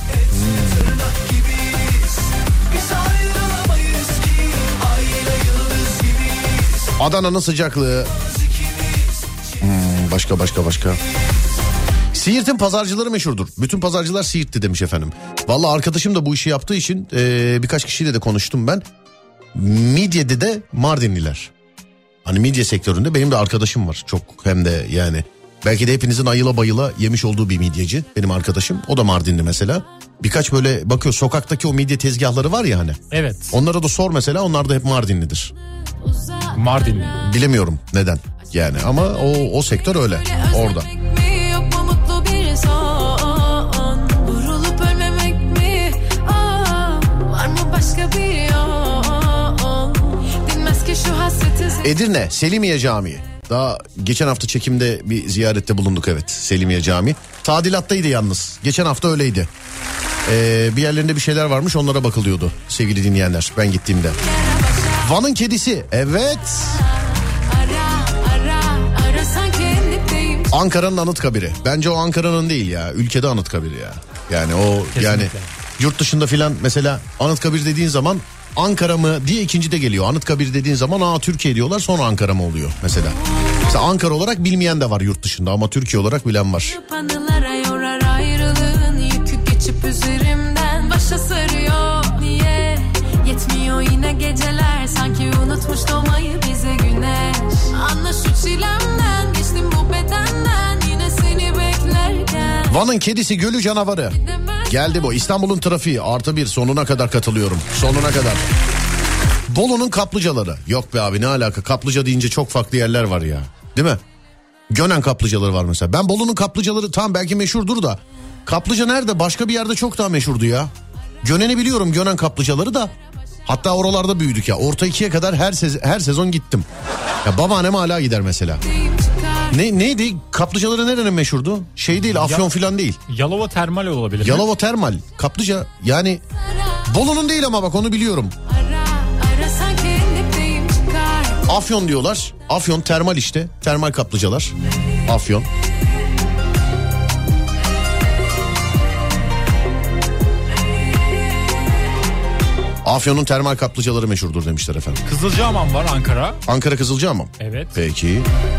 Adana'nın sıcaklığı. Başka. Siirt'in pazarcıları meşhurdur. Bütün pazarcılar Siirt'ti demiş efendim. Vallahi arkadaşım da bu işi yaptığı için birkaç kişiyle de konuştum ben. Midyede de Mardinliler. Hani midye sektöründe benim de arkadaşım var. Çok hem de yani. Belki de hepinizin ayıla bayıla yemiş olduğu bir midyeci. Benim arkadaşım. O da Mardinli mesela. Birkaç böyle bakıyor sokaktaki o midye tezgahları var ya hani. Evet. Onlara da sor mesela onlar da hep Mardinlidir. Mardinli. Bilemiyorum neden yani ama o sektör öyle orada. Edirne Selimiye Camii. Daha geçen hafta çekimde bir ziyarette bulunduk evet Selimiye Camii. Tadilattaydı yalnız. Geçen hafta öyleydi. Bir yerlerinde bir şeyler varmış onlara bakılıyordu sevgili dinleyenler ben gittiğimde. Van'ın kedisi evet. Ankara'nın Anıtkabir'i. Bence o Ankara'nın değil ya. Ülkede Anıtkabir'i ya. Yani o kesinlikle. Yani Yurt dışında filan mesela Anıtkabir dediğin zaman Ankara mı diye ikinci de geliyor. Anıtkabir dediğin zaman Türkiye diyorlar, sonra Ankara mı oluyor mesela. Mesela Ankara olarak bilmeyen de var yurt dışında ama Türkiye olarak bilen var. Anılara yorar ayrılığın yükü geçip üzerimden başa sarıyor. Niye yetmiyor yine geceler, sanki unutmuş doğmayı bize güneş. Anla şu çilemden, geçtim bu bedenden, yine seni beklerken. Van'ın kedisi, gölü canavarı. Geldi bu. İstanbul'un trafiği +1, sonuna kadar katılıyorum. Sonuna kadar. Bolu'nun kaplıcaları. Yok be abi, ne alaka, kaplıca deyince çok farklı yerler var ya. Değil mi? Gönen kaplıcaları var mesela. Ben Bolu'nun kaplıcaları tam belki meşhurdur da. Kaplıca nerede? Başka bir yerde çok daha meşhurdu ya. Gönen'i biliyorum, Gönen kaplıcaları da. Hatta oralarda büyüdük ya. Orta 2'ye kadar her sezon gittim. Ya babaannem hala gider mesela. Neydi? Kaplıcaları nerenin meşhurdu? Şey değil, Afyon filan değil. Yalova Termal olabilir. Yalova Termal. Kaplıca yani Bolu'nun değil ama bak onu biliyorum. Afyon diyorlar. Afyon termal işte. Termal kaplıcalar. Afyon. Afyon'un termal kaplıcaları meşhurdur demişler efendim. Kızılcahamam var Ankara. Ankara Kızılcahamam. Evet. Peki.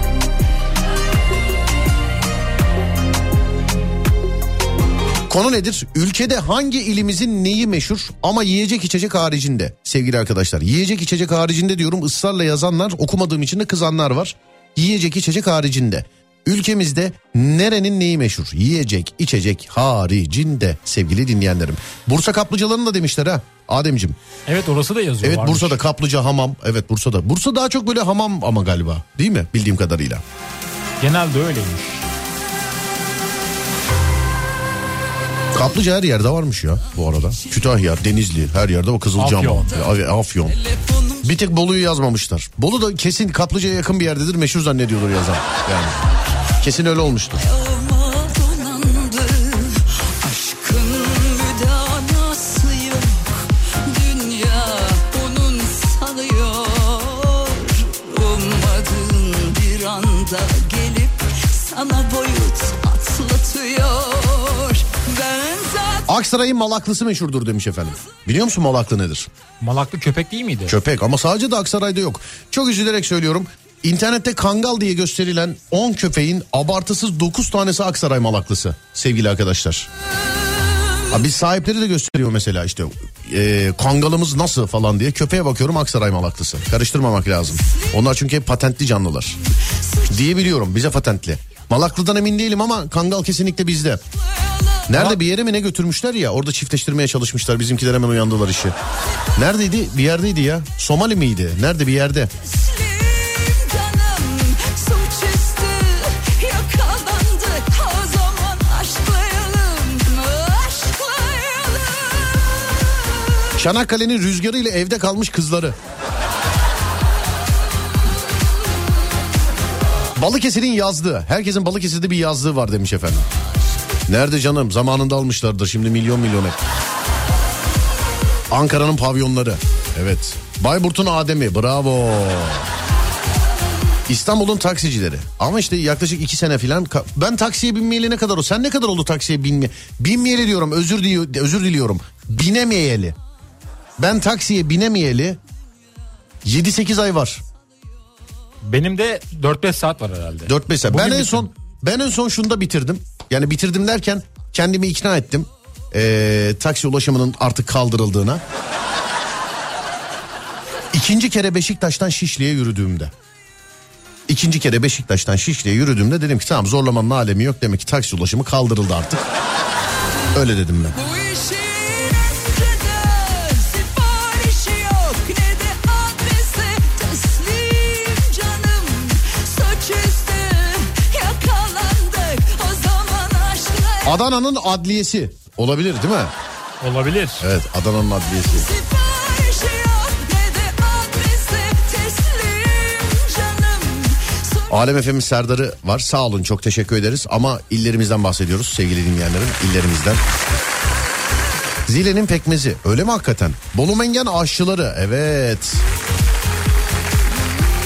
Konu nedir? Ülkede hangi ilimizin neyi meşhur ama yiyecek içecek haricinde sevgili arkadaşlar. Yiyecek içecek haricinde diyorum, ısrarla yazanlar, okumadığım için de kızanlar var. Yiyecek içecek haricinde. Ülkemizde nerenin neyi meşhur? Yiyecek içecek haricinde sevgili dinleyenlerim. Bursa kaplıcalarını da demişler ha Ademciğim. Evet, orası da yazıyor. Evet, varmış. Bursa'da kaplıca, hamam. Evet, Bursa'da. Bursa daha çok böyle hamam ama galiba, değil mi? Bildiğim kadarıyla. Genelde öyleymiş. Kaplıca her yerde varmış ya bu arada. Kütahya, Denizli, her yerde o Kızılcahamam. Afyon. Bir tek Bolu'yu yazmamışlar. Bolu da kesin kaplıcaya yakın bir yerdedir, meşhur zannediyordur yazan. Yani kesin öyle olmuştur. Aksaray'ın Malaklısı meşhurdur demiş efendim. Biliyor musun Malaklı nedir? Malaklı köpek değil miydi? Köpek, ama sadece de Aksaray'da yok. Çok üzülerek söylüyorum. İnternette Kangal diye gösterilen 10 köpeğin abartısız 9 tanesi Aksaray Malaklısı sevgili arkadaşlar. Biz sahipleri de gösteriyor mesela işte Kangalımız nasıl falan diye, köpeğe bakıyorum Aksaray Malaklısı. Karıştırmamak lazım. Onlar çünkü hep patentli canlılar. Diyebiliyorum, bize patentli. Malaklı'dan emin değilim ama Kangal kesinlikle bizde. Nerede, bir yere mi ne götürmüşler ya, orada çiftleştirmeye çalışmışlar, bizimkiler hemen uyandılar işi. Neredeydi, bir yerdeydi ya, Somali miydi, nerede, bir yerde. Çanakkale'nin rüzgarıyla evde kalmış kızları. Balıkesir'in yazlığı. Herkesin Balıkesir'de bir yazlığı var demiş efendim. Nerede canım? Zamanında almışlardır, şimdi milyon hep. Ankara'nın pavyonları. Evet. Bayburt'un Adem'i. Bravo. İstanbul'un taksicileri. Ama işte yaklaşık 2 sene falan. Ben taksiye binmeyeli ne kadar oldu? Sen ne kadar oldu taksiye binmeyeli diyorum. Özür diliyorum. Binemeyeli. Ben taksiye binemeyeli 7-8 ay var. Benim de 4-5 saat var herhalde. 4-5 saat. Ben en son şunu da bitirdim. Yani bitirdim derken kendimi ikna ettim. Taksi ulaşımının artık kaldırıldığına. 2. kere Beşiktaş'tan Şişli'ye yürüdüğümde. 2. kere Beşiktaş'tan Şişli'ye yürüdüğümde dedim ki tamam, zorlamanın alemi yok. Demek ki taksi ulaşımı kaldırıldı artık. Öyle dedim ben. Adana'nın adliyesi olabilir değil mi? Olabilir. Evet, Adana'nın adliyesi. Alem FM'in Serdar'ı var, sağ olun, çok teşekkür ederiz. Ama illerimizden bahsediyoruz sevgili dinleyenlerim, illerimizden. Zile'nin pekmezi, öyle mi hakikaten? Bolu Mengen aşçıları, evet.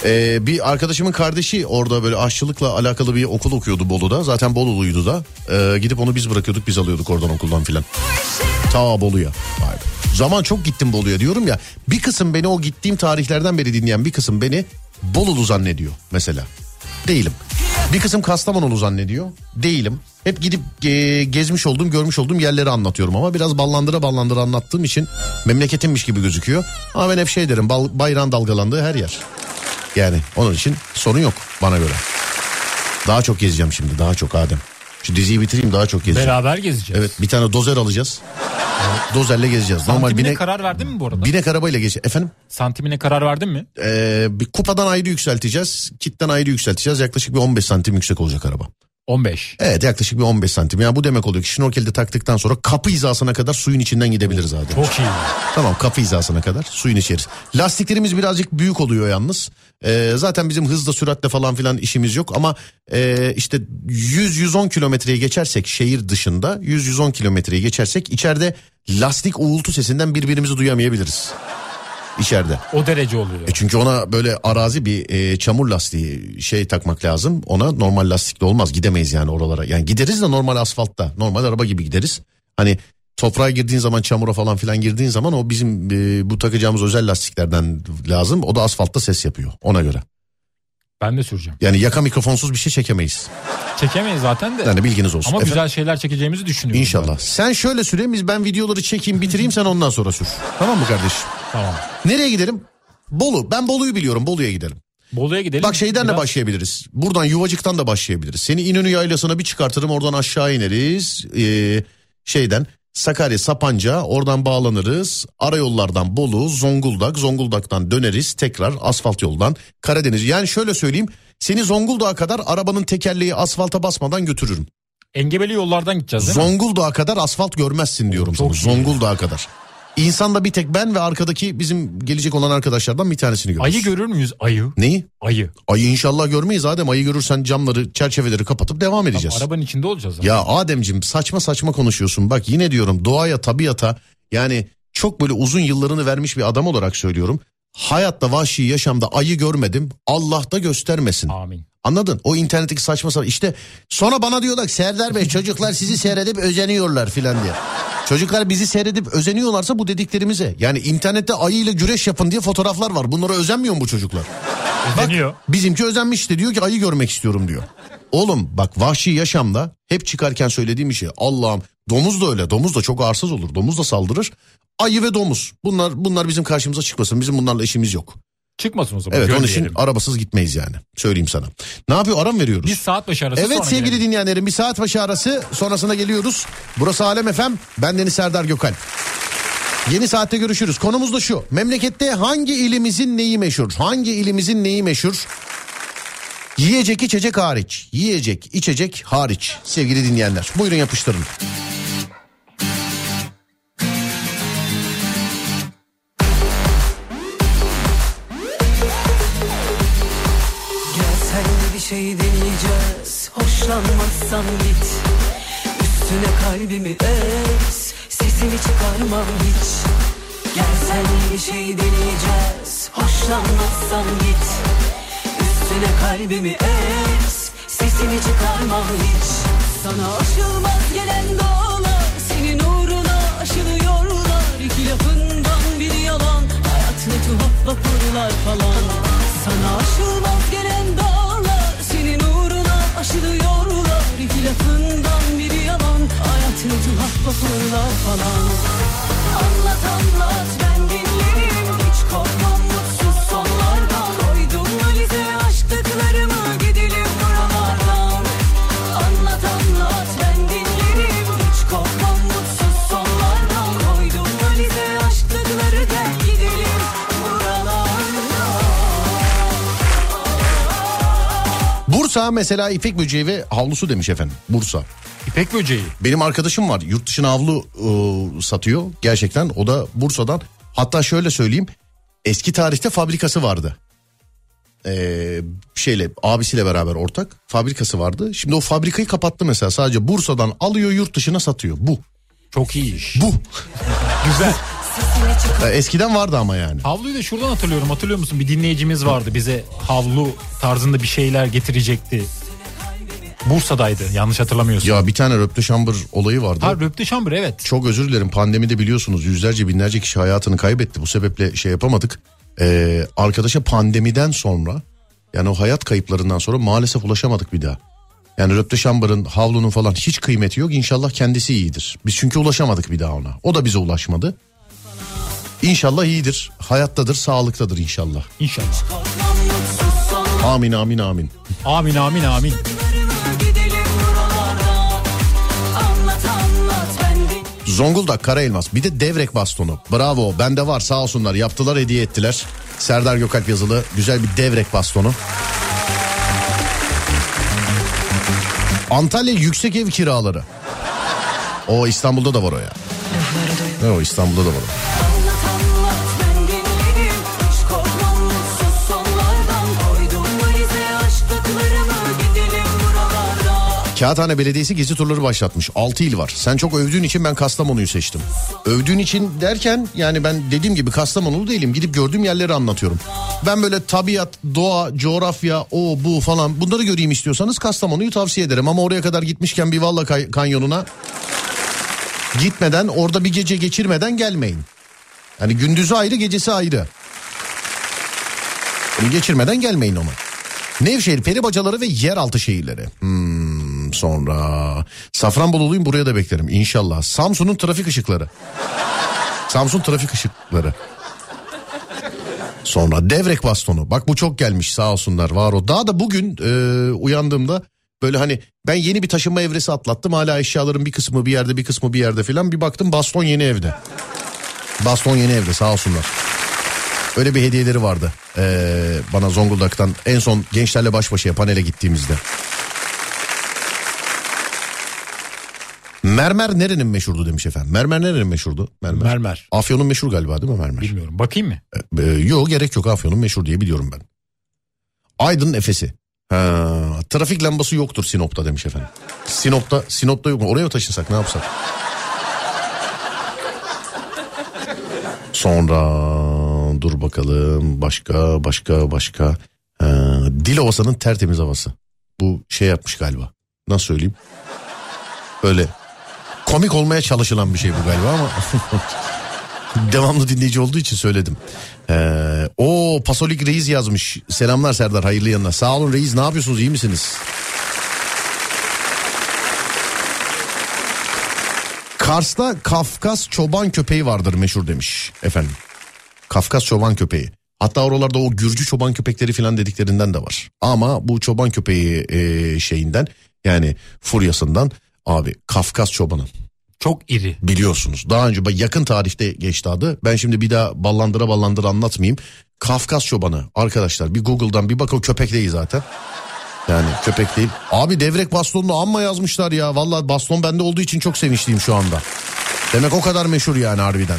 Bir arkadaşımın kardeşi orada böyle aşçılıkla alakalı bir okul okuyordu Bolu'da. Zaten Boluluydu da. Gidip onu biz bırakıyorduk, biz alıyorduk oradan okuldan filan. Ta Bolu'ya. Vay be. Zaman çok gittim Bolu'ya diyorum ya. Bir kısım beni, o gittiğim tarihlerden beri dinleyen bir kısım beni Bolulu zannediyor mesela. Değilim. Bir kısım Kastamonulu zannediyor. Değilim. Hep gidip gezmiş olduğum, görmüş olduğum yerleri anlatıyorum ama biraz ballandıra anlattığım için memleketimmiş gibi gözüküyor. Ama ben hep şey derim, bayrağın dalgalandığı her yer. Yani onun için sorun yok bana göre. Daha çok gezeceğim şimdi, daha çok Adem. Şu diziyi bitireyim, daha çok gezeceğim. Beraber gezeceğiz. Evet, bir tane dozer alacağız. Dozerle gezeceğiz. Santimine karar verdin mi bu arada? Binek arabayla gezeceğiz. Efendim? Santimine karar verdin mi? Bir kupadan ayrı yükselteceğiz. Kitten ayrı yükselteceğiz. Yaklaşık bir 15 santim yüksek olacak araba. 15. Evet, yaklaşık bir 15 santim. Yani bu demek oluyor ki şnorkeli de taktıktan sonra kapı hizasına kadar suyun içinden gidebiliriz abi. Çok iyi. Tamam, kapı hizasına kadar suyun içeriz. Lastiklerimiz birazcık büyük oluyor yalnız. Zaten bizim hızla süratle falan filan işimiz yok ama işte 100-110 kilometreyi geçersek şehir dışında, 100-110 kilometreyi geçersek içeride lastik uğultu sesinden birbirimizi duyamayabiliriz. İçeride. O derece oluyor. Çünkü ona böyle arazi bir çamur lastiği takmak lazım. Ona normal lastikle olmaz, gidemeyiz yani oralara. Yani gideriz de normal asfaltta, normal araba gibi gideriz. Hani toprağa girdiğin zaman, çamura falan filan girdiğin zaman o bizim bu takacağımız özel lastiklerden lazım. O da asfaltta ses yapıyor ona göre. Ben de süreceğim. Yani yaka mikrofonsuz bir şey çekemeyiz. Çekemeyiz zaten de. Yani bilginiz olsun. Ama güzel şeyler çekeceğimizi düşünüyorum. İnşallah. Ben. Sen şöyle süreyim, ben videoları çekeyim, bitireyim, sen ondan sonra sür. Tamam mı kardeşim? Tamam. Nereye gidelim? Bolu. Ben Bolu'yu biliyorum. Bolu'ya gidelim. Bolu'ya gidelim. Bak şeyden de başlayabiliriz. Buradan Yuvacık'tan da başlayabiliriz. Seni İnönü Yaylası'na bir çıkartırım, oradan aşağı ineriz. Sakarya, Sapanca, oradan bağlanırız. Arayollardan Bolu, Zonguldak, Zonguldak'tan döneriz tekrar asfalt yoldan Karadeniz. Yani şöyle söyleyeyim, seni Zonguldak'a kadar arabanın tekerleği asfalta basmadan götürürüm. Engebeli yollardan gideceğiz değil mi? Zonguldak'a kadar asfalt görmezsin diyorum sana. Zonguldak'a kadar. İnsanda bir tek ben ve arkadaki bizim gelecek olan arkadaşlardan bir tanesini görürüz. Ayı görür müyüz? Ayı. Neyi? Ayı. Ayı inşallah görmeyiz Adem. Ayı görürsen camları, çerçeveleri kapatıp devam edeceğiz. Arabanın içinde olacağız. Ya Ademciğim, saçma konuşuyorsun. Bak yine diyorum, doğaya, tabiata, yani çok böyle uzun yıllarını vermiş bir adam olarak söylüyorum. Hayatta, vahşi yaşamda ayı görmedim. Allah da göstermesin. Amin. Anladın? O internetteki saçma işte sonra bana diyorlar Serdar Bey, çocuklar sizi seyredip özeniyorlar filan diye. Çocuklar bizi seyredip özeniyorlarsa bu dediklerimize. Yani internette ayı ile güreş yapın diye fotoğraflar var. Bunlara özenmiyor mu bu çocuklar? Özeniyor. Bak, bizimki özenmişti, diyor ki ayı görmek istiyorum diyor. Oğlum bak, vahşi yaşamda hep çıkarken söylediğim bir şey. Allah'ım, domuz da öyle. Domuz da çok arsız olur. Domuz da saldırır. Ayı ve domuz. Bunlar bizim karşımıza çıkmasın. Bizim bunlarla işimiz yok. Çıkmasın o zaman. Evet, onun için arabasız gitmeyiz yani. Söyleyeyim sana. Ne yapıyor? Ara mı veriyoruz? Biz saat başı arası. Evet sevgili dinleyenlerim, bir saat başı arası sonrasında geliyoruz. Burası Alem FM. Ben Deniz Serdar Gökalp. Yeni saatte görüşürüz. Konumuz da şu. Memlekette hangi ilimizin neyi meşhur? Hangi ilimizin neyi meşhur? Yiyecek içecek hariç. Yiyecek içecek hariç. Sevgili dinleyenler. Buyurun yapıştırın. Şey deneyeceğiz, hoşlanmazsan git. Üstüne kalbimi ez, sesini çıkarmam hiç. Gel sen bir şey deneyeceğiz, hoşlanmazsan git. Üstüne kalbimi ez, sesini çıkarmam hiç. Sana aşılmaz gelen dağlar, senin uğruna aşılıyorlar. İki lafından biri yalan, hayat ne tuhaf vapurlar falan. Sana aşılmaz gelen dağlar, senin uğruna aşılıyorlar. İki lafından biri yalan, hayat ne tuhaf vapurlar falan. Anlat ben dinlerim, hiç korkmam mutsuz sonlardan. Koydum valize aşklıklarımı, gidelim buralardan. Anlat ben dinlerim, hiç korkmam mutsuz sonlardan. Koydum valize aşklıkları, gel gidelim buralardan. Bursa mesela ipek böceği ve havlusu demiş efendim. Bursa. İpek böceği. Benim arkadaşım var, yurt dışına havlu satıyor gerçekten, o da Bursa'dan. Hatta şöyle söyleyeyim, eski tarihte fabrikası vardı. Abisiyle beraber ortak fabrikası vardı. Şimdi o fabrikayı kapattı mesela, sadece Bursa'dan alıyor, yurt dışına satıyor. Bu. Çok iyi iş. Bu. Güzel. Eskiden vardı ama yani. Havluyu da şuradan hatırlıyorum. Hatırlıyor musun? Bir dinleyicimiz vardı, bize havlu tarzında bir şeyler getirecekti. Bursa'daydı yanlış hatırlamıyorsun. Ya bir tane röpte şambır olayı vardı. Ha, röpte şambır, evet. Çok özür dilerim, pandemide biliyorsunuz yüzlerce binlerce kişi hayatını kaybetti. Bu sebeple şey yapamadık. Arkadaşa pandemiden sonra, yani o hayat kayıplarından sonra maalesef ulaşamadık bir daha. Yani röpte şambırın, havlunun falan hiç kıymeti yok. İnşallah kendisi iyidir. Biz çünkü ulaşamadık bir daha ona. O da bize ulaşmadı. İnşallah iyidir, hayattadır, sağlıktadır inşallah. İnşallah. Amin amin amin. Amin amin amin. Zonguldak Karaelmas, bir de devrek bastonu. Bravo, bende var, sağ olsunlar, yaptılar, hediye ettiler. Serdar Gökalp yazılı güzel bir devrek bastonu. Antalya yüksek ev kiraları. O İstanbul'da da var o ya. O İstanbul'da da var o. Kağıthane Belediyesi gezi turları başlatmış. 6 il var. Sen çok övdüğün için ben Kastamonu'yu seçtim. Övdüğün için derken yani ben dediğim gibi Kastamonulu değilim. Gidip gördüğüm yerleri anlatıyorum. Ben böyle tabiat, doğa, coğrafya, o bu falan bunları göreyim istiyorsanız Kastamonu'yu tavsiye ederim. Ama oraya kadar gitmişken bir Valla Kanyonu'na gitmeden, orada bir gece geçirmeden gelmeyin. Yani gündüzü ayrı, gecesi ayrı. Yani geçirmeden gelmeyin ona. Nevşehir, peribacaları ve yeraltı şehirleri. Sonra Safranboluluyum, buraya da beklerim inşallah. Samsun'un trafik ışıkları. Samsun trafik ışıkları. Sonra devrek bastonu. Bak bu çok gelmiş, sağ olsunlar, var o. Daha da bugün uyandığımda böyle hani ben yeni bir taşınma evresi atlattım. Hala eşyaların bir kısmı bir yerde, bir kısmı bir yerde filan. Bir baktım baston yeni evde. Baston yeni evde, sağ olsunlar. Öyle bir hediyeleri vardı bana Zonguldak'tan, en son gençlerle baş başaya panele gittiğimizde. Mermer nerenin meşhurdu demiş efendim. Mermer nerenin meşhurdu? Mermer. Afyon'un meşhur galiba değil mi mermer? Bilmiyorum, bakayım mı? Yok, gerek yok, Afyon'un meşhur diye biliyorum ben. Aydın'ın Efes'i. Trafik lambası yoktur Sinop'ta demiş efendim. Sinop'ta yok mu? Oraya mı taşınsak, ne yapsak? Sonra dur bakalım, başka. Dilovası'nın tertemiz havası. Bu şey yapmış galiba. Nasıl söyleyeyim? Böyle komik olmaya çalışılan bir şey bu galiba ama devamlı dinleyici olduğu için söyledim. O Pasolik Reis yazmış. Selamlar Serdar, hayırlı yanına. Sağ olun Reis, ne yapıyorsunuz, iyi misiniz? Kars'ta Kafkas çoban köpeği vardır meşhur demiş efendim. Kafkas çoban köpeği. Hatta oralarda o Gürcü çoban köpekleri falan dediklerinden de var. Ama bu çoban köpeği şeyinden, yani furyasından abi, Kafkas çobanı. Çok iri. Biliyorsunuz daha önce yakın tarihte geçti adı. Ben şimdi bir daha ballandıra anlatmayayım. Kafkas çobanı arkadaşlar, bir Google'dan bir bak, o köpek değil zaten. Yani köpek değil. Abi devrek bastonunu amma yazmışlar ya. Vallahi baston bende olduğu için çok sevinçliyim şu anda. Demek o kadar meşhur yani harbiden.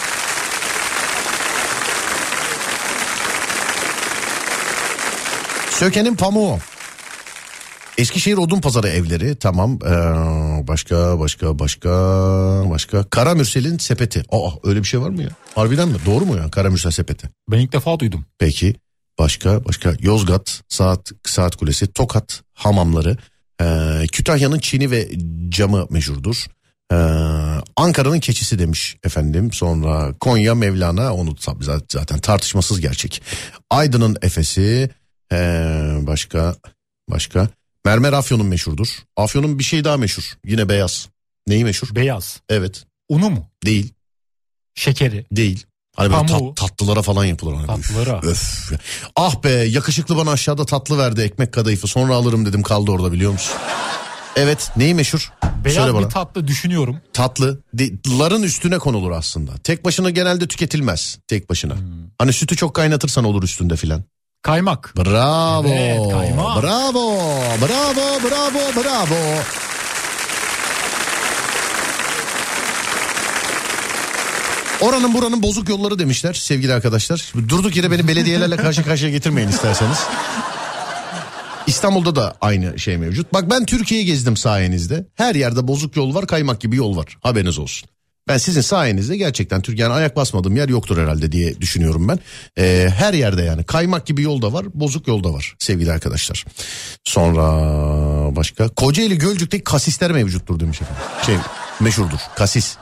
Söke'nin pamuğu. Eskişehir Odunpazarı evleri, tamam. Başka. Karamürsel'in sepeti. Öyle bir şey var mı ya? Harbiden mi? Doğru mu ya Karamürsel sepeti? Ben ilk defa duydum. Peki. Başka. Yozgat saat kulesi, Tokat hamamları, Kütahya'nın çini ve camı meşhurdur. Ankara'nın keçisi demiş efendim. Sonra Konya Mevlana, onu zaten tartışmasız gerçek. Aydın'ın Efes'i, başka. Mermer Afyon'un meşhurdur. Afyon'un bir şey daha meşhur. Yine beyaz. Neyi meşhur? Beyaz. Evet. Unu mu? Değil. Şekeri. Değil. Hani böyle tatlılara falan yapılır. Hani tatlılara. Öf. Ah be, yakışıklı bana aşağıda tatlı verdi, ekmek kadayıfı. Sonra alırım dedim, kaldı orada, biliyor musun? Evet, neyi meşhur? Beyaz bir tatlı düşünüyorum. Tatlıların üstüne konulur aslında. Tek başına genelde tüketilmez. Tek başına. Hani sütü çok kaynatırsan olur üstünde filan. Kaymak. Bravo. Evet, kaymak. Bravo. Oranın buranın bozuk yolları demişler sevgili arkadaşlar. Durduk yere beni belediyelerle karşı karşıya getirmeyin isterseniz. İstanbul'da da aynı şey mevcut. Bak ben Türkiye'yi gezdim sayenizde. Her yerde bozuk yol var, kaymak gibi yol var. Haberiniz olsun. Ben sizin sayenizde gerçekten Türkiye'nin ayak basmadığım yer yoktur herhalde diye düşünüyorum ben. Her yerde yani kaymak gibi yol da var, bozuk yol da var sevgili arkadaşlar. Sonra başka Kocaeli Gölcük'teki kasisler mevcuttur demiş efendim. Meşhurdur kasis.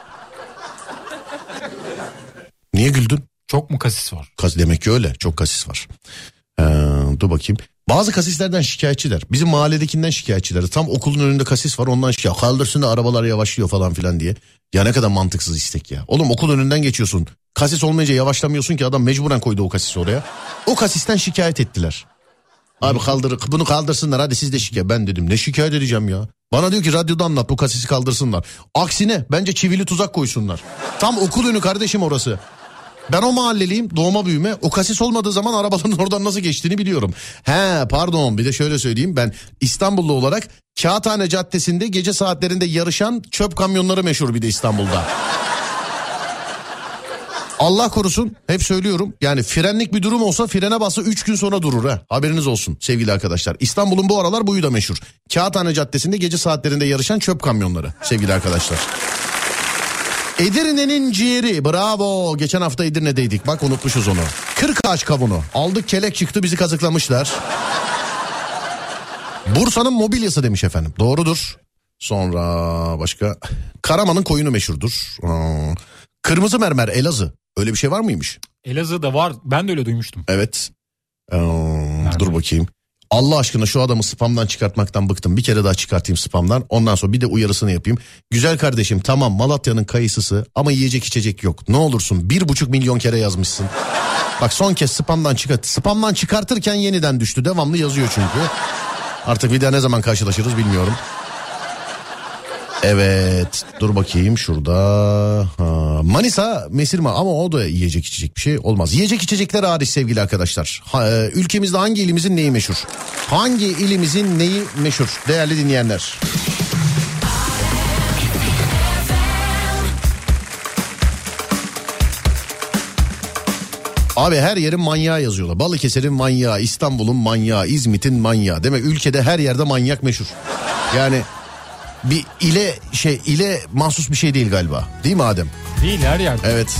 Niye güldün? Çok mu kasis var? Demek ki öyle, çok kasis var. Dur bakayım. Bazı kasislerden şikayetçiler. Bizim mahalledekinden şikayetçiler. Tam okulun önünde kasis var, ondan şikayet. Kaldırsın da arabalar yavaşlıyor falan filan diye. Ya ne kadar mantıksız istek ya. Oğlum okul önünden geçiyorsun. Kasis olmayınca yavaşlamıyorsun ki, adam mecburen koydu o kasisi oraya. O kasisten şikayet ettiler. Abi bunu kaldırsınlar, hadi siz de şikayet. Ben dedim ne şikayet edeceğim ya. Bana diyor ki radyoda anlat, bu kasisi kaldırsınlar. Aksine bence çivili tuzak koysunlar. Tam okul önü kardeşim orası. Ben o mahalleliyim, doğma büyüme. O kasis olmadığı zaman arabaların oradan nasıl geçtiğini biliyorum. Pardon, bir de şöyle söyleyeyim. Ben İstanbullu olarak Kağıthane Caddesi'nde gece saatlerinde yarışan çöp kamyonları meşhur bir de İstanbul'da. Allah korusun, hep söylüyorum. Yani frenlik bir durum olsa frene bassa 3 gün sonra durur ha. Haberiniz olsun sevgili arkadaşlar. İstanbul'un bu aralar buyu da meşhur. Kağıthane Caddesi'nde gece saatlerinde yarışan çöp kamyonları sevgili arkadaşlar. Edirne'nin ciğeri, bravo. Geçen hafta Edirne'deydik, bak unutmuşuz onu. 40 ağaç kavunu aldık, kelek çıktı, bizi kazıklamışlar. Bursa'nın mobilyası demiş efendim, doğrudur. Sonra başka Karaman'ın koyunu meşhurdur. Kırmızı mermer Elazığ, öyle bir şey var mıymış? Elazığ'da var, ben de öyle duymuştum. Evet. Dur bakayım. Allah aşkına şu adamı spamdan çıkartmaktan bıktım. Bir kere daha çıkartayım spamdan. Ondan sonra bir de uyarısını yapayım. Güzel kardeşim, tamam Malatya'nın kayısısı ama yiyecek içecek yok. Ne olursun 1,5 milyon kere yazmışsın. Bak son kez spamdan çıkart. Spamdan çıkartırken yeniden düştü. Devamlı yazıyor çünkü. Artık bir daha ne zaman karşılaşırız bilmiyorum. Evet, dur bakayım şurada. Manisa Mesirma, ama o da yiyecek içecek bir şey olmaz. Yiyecek içecekler hariç sevgili arkadaşlar. Ülkemizde hangi ilimizin neyi meşhur? Hangi ilimizin neyi meşhur değerli dinleyenler? Abi her yerin manyağı yazıyorlar. Balıkesir'in manyağı, İstanbul'un manyağı, İzmit'in manyağı. Demek ülkede her yerde manyak meşhur. Yani bir ile mahsus bir şey değil galiba. Değil mi Adem? Değil, her yerde. Evet.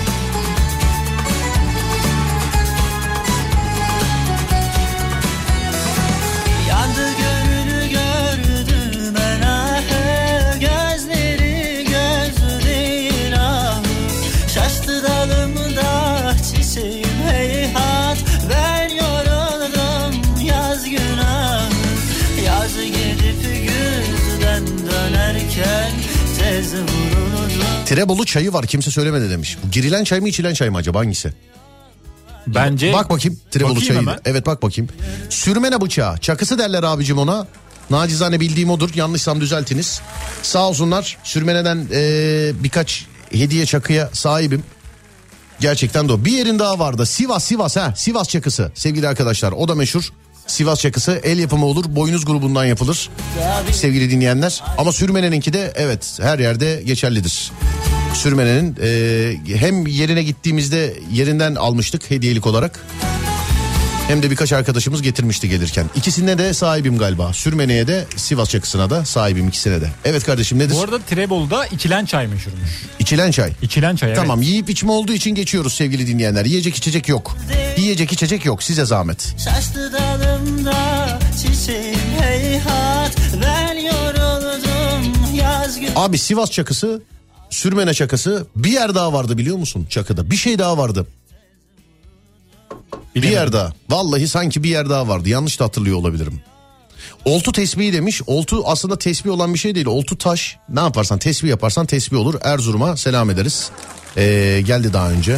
Yandı gönlü gördüm ben ahı, gözleri göz değil ahı. Şaştı dalımda çiçeğim heyhat, ben yoruldum yaz günahı. Yazı gidip güzden dönerken tez vuruldu. Tirebolu çayı var, kimse söylemedi demiş. Bu girilen çay mı içilen çay mı acaba, hangisi? Bence. Bak bakayım Tirebolu çayı. Hemen. Evet bak bakayım. Sürmene bıçağı, çakısı derler abicim ona. Nacizane bildiğim odur, yanlışsam düzeltiniz. Sağ olsunlar Sürmene'den birkaç hediye çakıya sahibim. Gerçekten de o. Bir yerin daha vardı, Sivas çakısı sevgili arkadaşlar, o da meşhur. Sivas çakısı el yapımı olur, boynuz grubundan yapılır sevgili dinleyenler. Ama Sürmene'ninki de evet her yerde geçerlidir. Sürmene'nin hem yerine gittiğimizde yerinden almıştık hediyelik olarak, hem de birkaç arkadaşımız getirmişti gelirken. İkisine de sahibim galiba. Sürmene'ye de Sivas çakısına da sahibim, ikisine de. Evet kardeşim, nedir? Bu arada Tirebolu'da içilen çay meşhurmuş. İçilen çay. İçilen çay, evet. Tamam, yiyip içme olduğu için geçiyoruz sevgili dinleyenler. Yiyecek içecek yok. Yiyecek içecek yok, size zahmet. Şaştı dalımda çiçeğim heyhat, ben yoruldum yaz günahı. Abi Sivas çakısı, Sürmene çakısı, bir yer daha vardı biliyor musun çakıda? Bir şey daha vardı. Bir yer daha. Vallahi sanki bir yer daha vardı. Yanlış da hatırlıyor olabilirim. Oltu tesbihi demiş. Oltu aslında tesbih olan bir şey değil. Oltu taş. Ne yaparsan tesbih yaparsan tesbih olur. Erzurum'a selam ederiz. Geldi daha önce.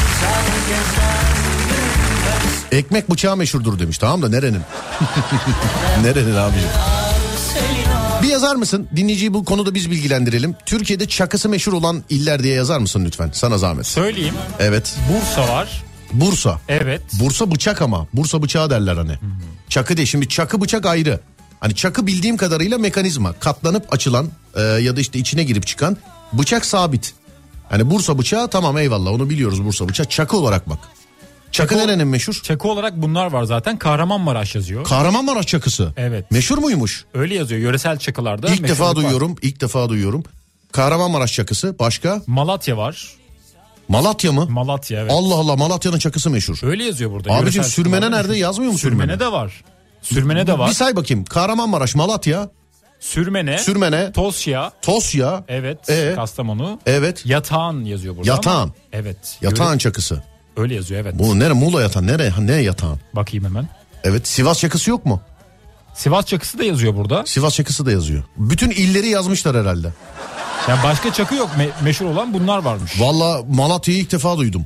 Ekmek bıçağı meşhurdur demiş. Tamam da nerenin? Nerenin abi? Bir yazar mısın? Dinleyiciyi bu konuda biz bilgilendirelim. Türkiye'de çakısı meşhur olan iller diye yazar mısın lütfen? Sana zahmet. Söyleyeyim. Evet. Bursa var. Bursa. Evet. Bursa bıçak ama. Bursa bıçağı derler hani. Çakı değil. Şimdi çakı bıçak ayrı. Hani çakı bildiğim kadarıyla mekanizma. Katlanıp açılan ya da işte içine girip çıkan. Bıçak sabit. Hani Bursa bıçağı tamam, eyvallah, onu biliyoruz Bursa bıçağı. Çakı olarak bak. Çakı nerenin meşhur? Çakı olarak bunlar var zaten. Kahramanmaraş yazıyor. Kahramanmaraş çakısı. Evet. Meşhur muymuş? Öyle yazıyor. Yöresel çakılarda. İlk defa duyuyorum. İlk defa duyuyorum. Kahramanmaraş çakısı. Başka? Malatya var. Malatya mı? Malatya, evet. Allah Allah, Malatya'nın çakısı meşhur. Öyle yazıyor burada. Abicim Yöresel sürmene çakılar nerede, meşhur. yazmıyor mu sürmene? Sürmene de var. Sürmene de var. Bir say bakayım. Kahramanmaraş, Malatya, Sürmene, Tosya. Tosya. Evet. Kastamonu. Evet. Yatağan yazıyor burada. Yatağan. Ama, evet. Yatağan çakısı. Öyle yazıyor, evet. Bu nere? Muğla yatağan. Ne yatağan? Bakayım hemen. Evet. Sivas çakısı yok mu? Sivas çakısı da yazıyor burada. Sivas çakısı da yazıyor. Bütün illeri yazmışlar herhalde. Yani başka çakı yok. Meşhur olan bunlar varmış. Valla Malatya'yı ilk defa duydum.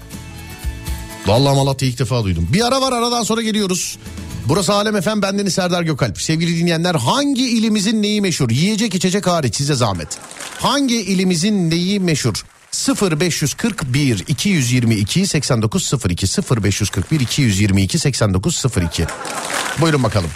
Bir ara var, aradan sonra geliyoruz. Burası Alem FM, bendeniz Serdar Gökalp. Sevgili dinleyenler, hangi ilimizin neyi meşhur? Yiyecek içecek hariç, size zahmet. Hangi ilimizin neyi meşhur? 0541 222 8902 0541 222 8902. Buyurun bakalım.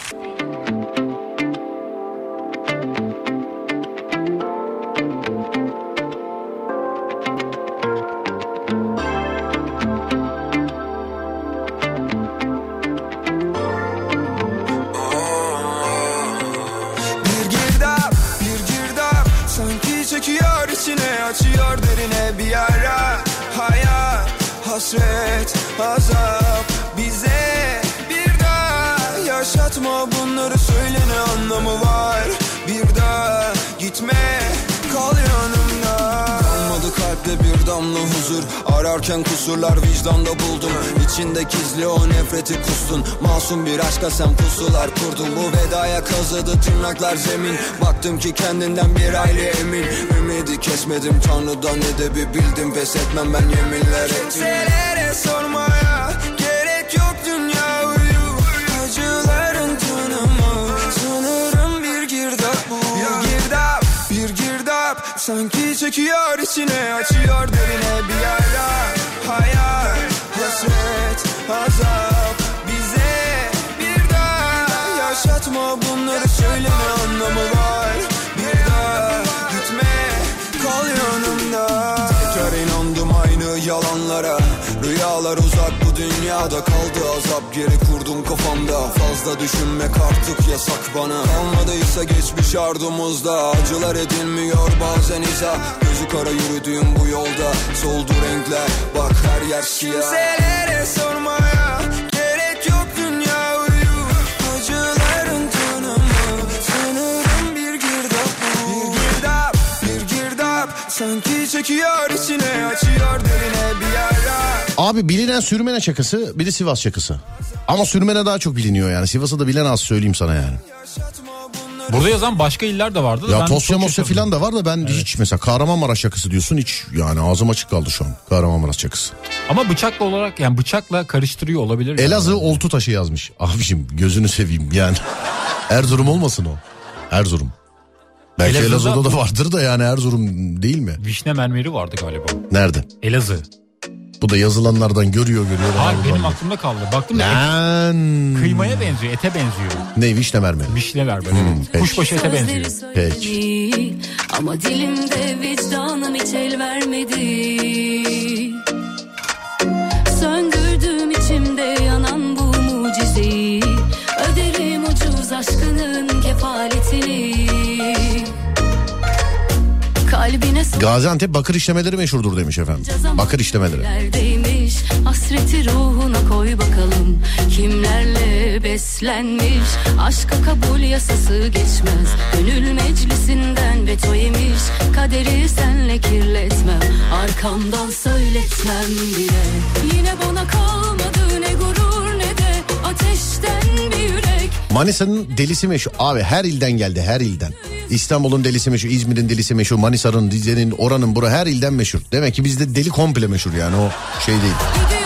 Açıyor derine bir yara. Hayat, hasret, azap bize bir daha yaşatma bunları, söyle ne anlamı var. Bir daha gitme, kal yanımda. Kalmadı kalpte bir damla huzur, ararken kusurlar vicdanda buldum. İçinde gizli o nefreti kustun, masum bir aşka sen pusular kurdun. Bu vedaya kazıdı tırnaklar zemin, baktım ki kendinden bir aile emin. Ümidi kesmedim Tanrı'dan, edebi bildim, pes etmem ben yeminler ettim. Kimselere sormaya gerek yok, dünya uyu. Acıların tanımı sanırım bir girdap bu. Bir girdap sanki çekiyor içine, açıyor derine bir yara. Hayat, hasret, azap bize bir daha yaşatma bunları, söyle ne anlamı var. Bir daha gitme, kal yanımda. Tekrar inandım aynı yalanlara, rüyalar uzak bu dünyada, kaldı azap geri kurdum kafamda. Fazla düşünmek artık yasak bana, kalmadıysa geçmiş ardımızda. Acılar edinmiyor bazen izah, gözü kara yürüdüğüm bu yolda. Soldu renkler, bak her yer siyah. Kimselere sormaya gerek yok, dünya uyu. Acıların tanımı sanırım bir girdap bu. Bir girdap sanki çekiyor içine, açıyor derine bir yara. Abi bilinen sürmene çakısı, bir de Sivas çakısı. Ama sürmene daha çok biliniyor yani. Sivas'ı da bilen az, söyleyeyim sana yani. Burada yazan başka iller de vardı. Ya Tosya Mosya filan da var da ben hiç, mesela Kahramanmaraş çakısı diyorsun, hiç yani ağzım açık kaldı şu an. Kahramanmaraş çakısı. Ama bıçakla olarak, yani bıçakla karıştırıyor olabilir. Elazığ yani. oltu taşı yazmış. Abicim gözünü seveyim yani. Erzurum olmasın o. Erzurum. Belki Elazığ'da da vardır da yani Erzurum değil mi? Vişne mermeri vardı galiba. Nerede? Elazığ. Bu da yazılanlardan görüyor. Hayır, benim aklımda kaldı. Baktım da kıymaya benziyor, ete benziyor. Ne, vişne mermeri? Vişne mermeri. Kuşbaşı ete benziyor. Peki. Ama dilimde vicdanım hiç el vermedi. Söndürdüm içimde yanan bu mucizeyi. Öderim ucuz aşkının kefaletini. Gaziantep bakır işlemeleri meşhurdur demiş efendim. Bakır işlemeleri. Hasreti ruhuna koy bakalım, kimlerle beslenmiş. Aşka kabul yasası geçmez, gönül meclisinden veto yemiş. Kaderi senle kirletmem, arkamdan söyletmem bile. Yine bana kalmadı ne gurur ne de ateşten bir yürek. Manisa'nın delisi meşhur. Abi her ilden geldi, her ilden. İstanbul'un delisi meşhur, İzmir'in delisi meşhur, Manisa'nın, Rize'nin, oranın, bura her ilden meşhur. Demek ki bizde deli komple meşhur yani, o şey değil.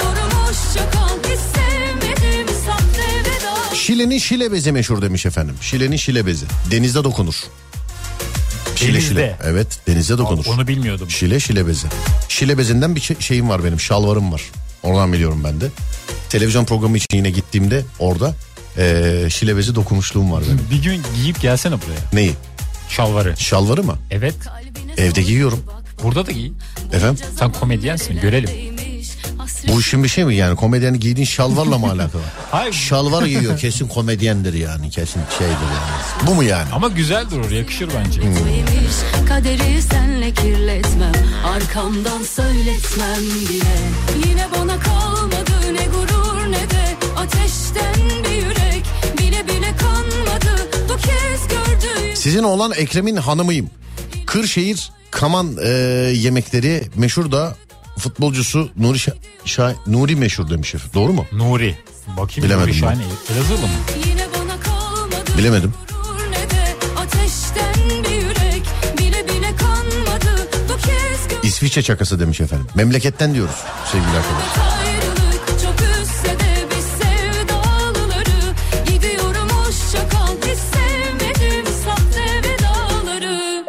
Şile'nin şile bezi meşhur demiş efendim. Şile'nin şile bezi. Denizde dokunur. Şile. Evet, denizde dokunur. Onu bilmiyordum. Şile bezi. Şile bezinden bir şeyim var benim, şalvarım var. Oradan biliyorum ben de. Televizyon programı için yine gittiğimde orada şile bezi dokunmuşluğum var benim. Bir gün giyip gelsene buraya. Neyi? Şalvarı. Şalvarı mı? Evet. Evde giyiyorum. Burada da giy. Efendim? Sen komedyensin, görelim. Bu işin bir şey mi yani? Komedyenin giydiğin şalvarla mı alakalı? Hayır. Şalvar giyiyor, kesin komedyendir yani, kesin şeydir yani. Bu mu yani? Ama güzel durur, yakışır bence. Kaderi senle kirletmem, arkamdan söyletmem bile. Yine bana kalmadı ne gurur ne de ateşten bir yürek. Bile bile kanmadı bu kez gördüğüm. Sizin oğlan Ekrem'in hanımıyım. Kırşehir Kaman yemekleri meşhur da futbolcusu Nuri meşhur demiş. Doğru mu? Nuri. Bakayım. Bilemedim Nuri Şahin Elazığlı mı? Yine bana kalmadı Bilemedim. gurur ne de ateşten bir yürek. Bile bile kanmadı bu kez gördüğüm. İsviçre çakası demiş efendim. Memleketten diyoruz sevgili arkadaşlar. Ayrılık çok üzse de biz sevdalıları. Gidiyorum hoşça kal, biz sevmedim sahte vedaları.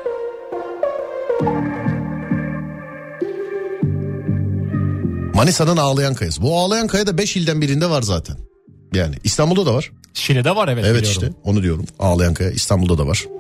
Manisa'nın Ağlayan Kayası. Bu Ağlayan Kaya da 5 ilden birinde var zaten. Yani İstanbul'da da var. Şile'de var, evet. Evet biliyorum. işte onu diyorum. Ağlayan Kaya İstanbul'da da var.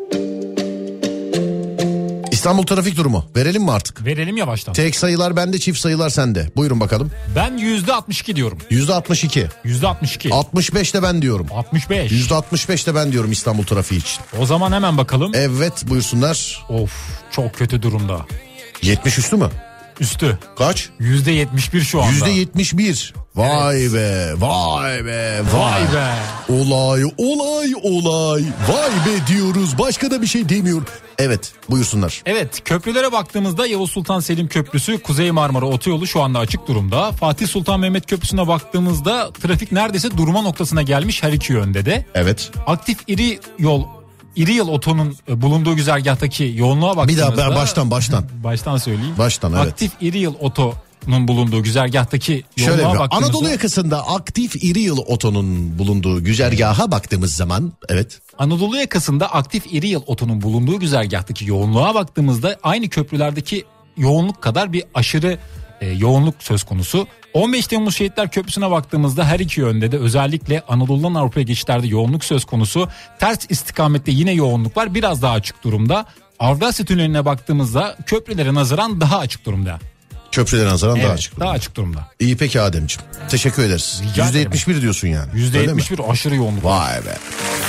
İstanbul trafik durumu verelim mi artık? Verelim yavaştan. Tek sayılar bende, çift sayılar sende. Buyurun bakalım. Ben %62 diyorum. %62. %62. 65 de ben diyorum. 65. %65 de ben diyorum İstanbul trafiği için. O zaman hemen bakalım. Evet buyursunlar. Of, çok kötü durumda. 70 üstü mü? Üstü. Kaç? %71 şu anda. %71. Vay be, vay be, Vay be. Olay, olay, olay. Vay be diyoruz. Başka da bir şey demiyor. Evet, buyursunlar. Evet, köprülere baktığımızda Yavuz Sultan Selim Köprüsü, Kuzey Marmara Otoyolu şu anda açık durumda. Fatih Sultan Mehmet Köprüsü'ne baktığımızda trafik neredeyse durma noktasına gelmiş her iki yönde de. Evet. Aktif İri Yıl Oto'nun bulunduğu güzergahtaki yoğunluğa Bir baktığımızda... daha baştan. Baştan söyleyeyim. Baştan, evet. Aktif İri Yıl Oto'nun bulunduğu güzergahtaki Şöyle yoğunluğa bir baktığımızda... Anadolu yakasında aktif İri Yıl Oto'nun bulunduğu güzergaha baktığımız zaman evet. Anadolu yakasında aktif İri Yıl Oto'nun bulunduğu güzergahtaki yoğunluğa baktığımızda aynı köprülerdeki yoğunluk kadar bir aşırı yoğunluk söz konusu. 15 Temmuz Şehitler Köprüsü'ne baktığımızda her iki yönde de özellikle Anadolu'dan Avrupa'ya geçişlerde yoğunluk söz konusu. Ters istikamette yine yoğunluk var, biraz daha açık durumda. Avrasya Tüneli'ne baktığımızda köprülere nazaran daha açık durumda. Köprülere nazaran Evet, daha açık durumda. daha açık durumda. İyi peki Ademciğim. Teşekkür ederiz. Rica ederim. %71 diyorsun yani. Öyle mi? %71 aşırı yoğunluk var. Vay be.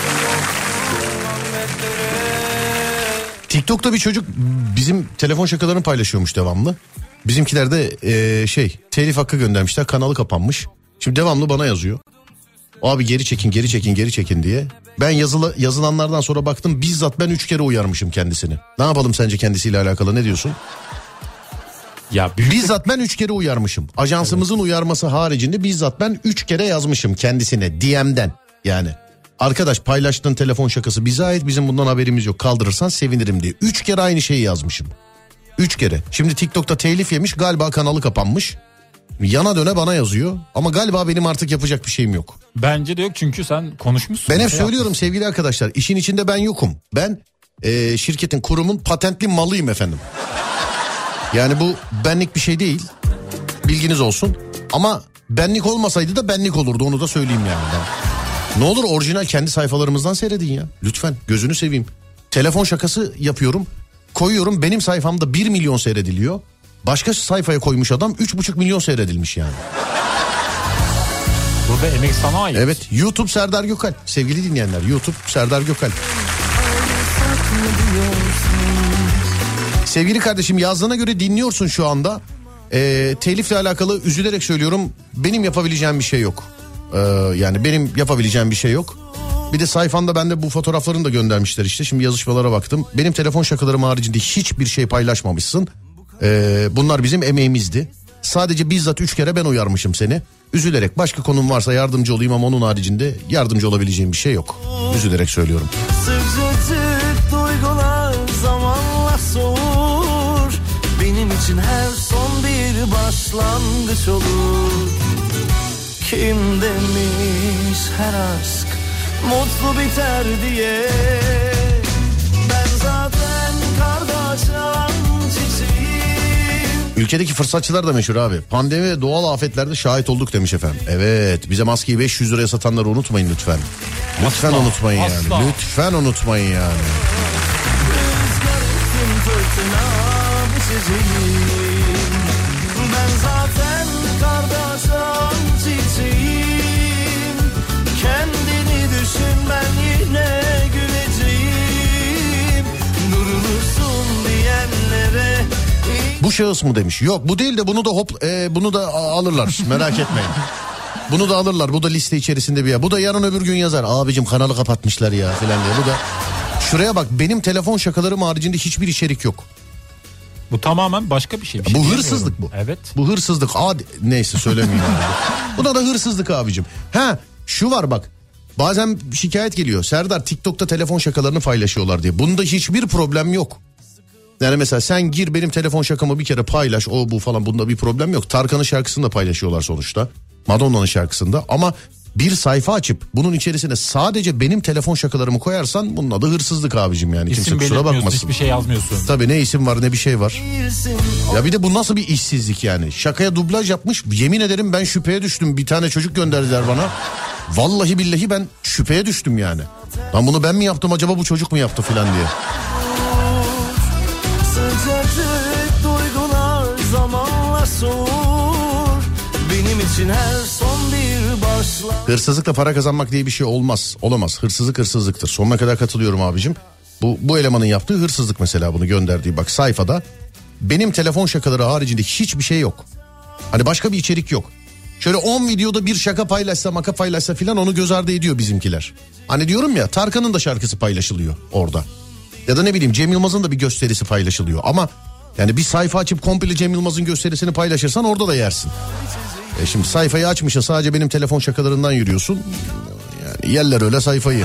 TikTok'ta bir çocuk bizim telefon şakalarını paylaşıyormuş devamlı. Bizimkiler de telif hakkı göndermişler, kanalı kapanmış. Şimdi devamlı bana yazıyor. Abi geri çekin diye. Ben yazılanlardan sonra baktım, bizzat ben 3 kere uyarmışım kendisini. Ne yapalım sence kendisiyle alakalı, ne diyorsun? Ya Bizzat ben 3 kere uyarmışım. Ajansımızın uyarması haricinde bizzat ben 3 kere yazmışım kendisine DM'den. Yani arkadaş paylaştığın telefon şakası bize ait, bizim bundan haberimiz yok, kaldırırsan sevinirim diye. 3 kere aynı şeyi yazmışım. 3 kere. Şimdi TikTok'ta telif yemiş, galiba kanalı kapanmış. Yana döne bana yazıyor ama galiba benim artık yapacak bir şeyim yok. Bence de yok, çünkü sen konuşmuşsun. Ben hep söylüyorum sevgili arkadaşlar, işin içinde ben yokum. Ben şirketin, kurumun patentli malıyım efendim. Yani bu benlik bir şey değil, bilginiz olsun. Ama benlik olmasaydı da benlik olurdu, onu da söyleyeyim yani. Ne olur orijinal kendi sayfalarımızdan seyredin ya. Lütfen, gözünü seveyim. Telefon şakası yapıyorum, koyuyorum, benim sayfamda 1 milyon seyrediliyor. Başka sayfaya koymuş adam 3,5 milyon seyredilmiş yani. Burada emek sana ait. Evet, YouTube Serdar Gökalp. Sevgili dinleyenler, YouTube Serdar Gökalp. Sevgili kardeşim, yazdığına göre dinliyorsun şu anda. Telifle alakalı üzülerek söylüyorum, benim yapabileceğim bir şey yok. Yani benim yapabileceğim bir şey yok. Bir de sayfanda bende bu fotoğraflarını da göndermişler işte. Şimdi yazışmalara baktım. Benim telefon şakalarım haricinde hiçbir şey paylaşmamışsın. Bunlar bizim emeğimizdi. Sadece bizzat 3 kere ben uyarmışım seni. Üzülerek, başka konum varsa yardımcı olayım ama onun haricinde yardımcı olabileceğim bir şey yok. Üzülerek söylüyorum. Sıcacık duygular zamanla soğur. Benim için her son bir başlangıç olur. Kim demiş her aşk mutlu biter diye. Ben zaten kardeşim çiçeğim. Ülkedeki fırsatçılar da meşhur abi. Pandemi ve doğal afetlerde şahit olduk demiş efendim. Evet, bize maskeyi 500 liraya satanları unutmayın lütfen. Lütfen Asla, unutmayın asla. yani. Lütfen unutmayın yani. Rüzgar ettim fırtına çiçeğim. Ben zaten Bu şahıs mı demiş. Yok bu değil de bunu da bunu da alırlar, merak etmeyin. Bunu da alırlar, bu da liste içerisinde bir yer. Bu da yarın öbür gün yazar. Abicim kanalı kapatmışlar ya falan diye. Bu da şuraya bak, benim telefon şakalarım haricinde hiçbir içerik yok. Bu tamamen başka bir şey. Bu hırsızlık bu. Evet. Bu hırsızlık. Neyse söylemeyeyim. Buna da hırsızlık abicim. Şu var bak. Bazen şikayet geliyor. Serdar TikTok'ta telefon şakalarını paylaşıyorlar diye. Bunda hiçbir problem yok. Yani mesela sen gir benim telefon şakamı bir kere paylaş, o bu falan, bunda bir problem yok. Tarkan'ın şarkısını da paylaşıyorlar sonuçta. Madonna'nın şarkısında, ama bir sayfa açıp bunun içerisine sadece benim telefon şakalarımı koyarsan bunun adı hırsızlık abicim yani. İsim kimse kusura bakmasın. Hiçbir şey yazmıyorsun. Tabii ne isim var ne bir şey var. Ya bir de bu nasıl bir işsizlik yani. Şakaya dublaj yapmış, yemin ederim ben şüpheye düştüm. Bir tane çocuk gönderdiler bana. Vallahi billahi ben şüpheye düştüm yani. Lan bunu ben mi yaptım acaba, bu çocuk mu yaptı filan diye. Sıcacık duygular zamanla soğur. Benim için her son bir başla. Hırsızlıkla para kazanmak diye bir şey olmaz. Olamaz. Hırsızlık hırsızlıktır. Sonuna kadar katılıyorum abicim. Bu elemanın yaptığı hırsızlık mesela, bunu gönderdiği bak sayfada. Benim telefon şakaları haricinde hiçbir şey yok. Hani başka bir içerik yok. Şöyle 10 videoda bir şaka paylaşsa, maka paylaşsa filan, onu göz ardı ediyor bizimkiler. Hani diyorum ya, Tarkan'ın da şarkısı paylaşılıyor orada. Ya da ne bileyim Cem Yılmaz'ın da bir gösterisi paylaşılıyor. Ama yani bir sayfa açıp komple Cem Yılmaz'ın gösterisini paylaşırsan orada da yersin. Şimdi sayfayı açmışsın, sadece benim telefon şakalarından yürüyorsun. Yani yerler öyle sayfayı.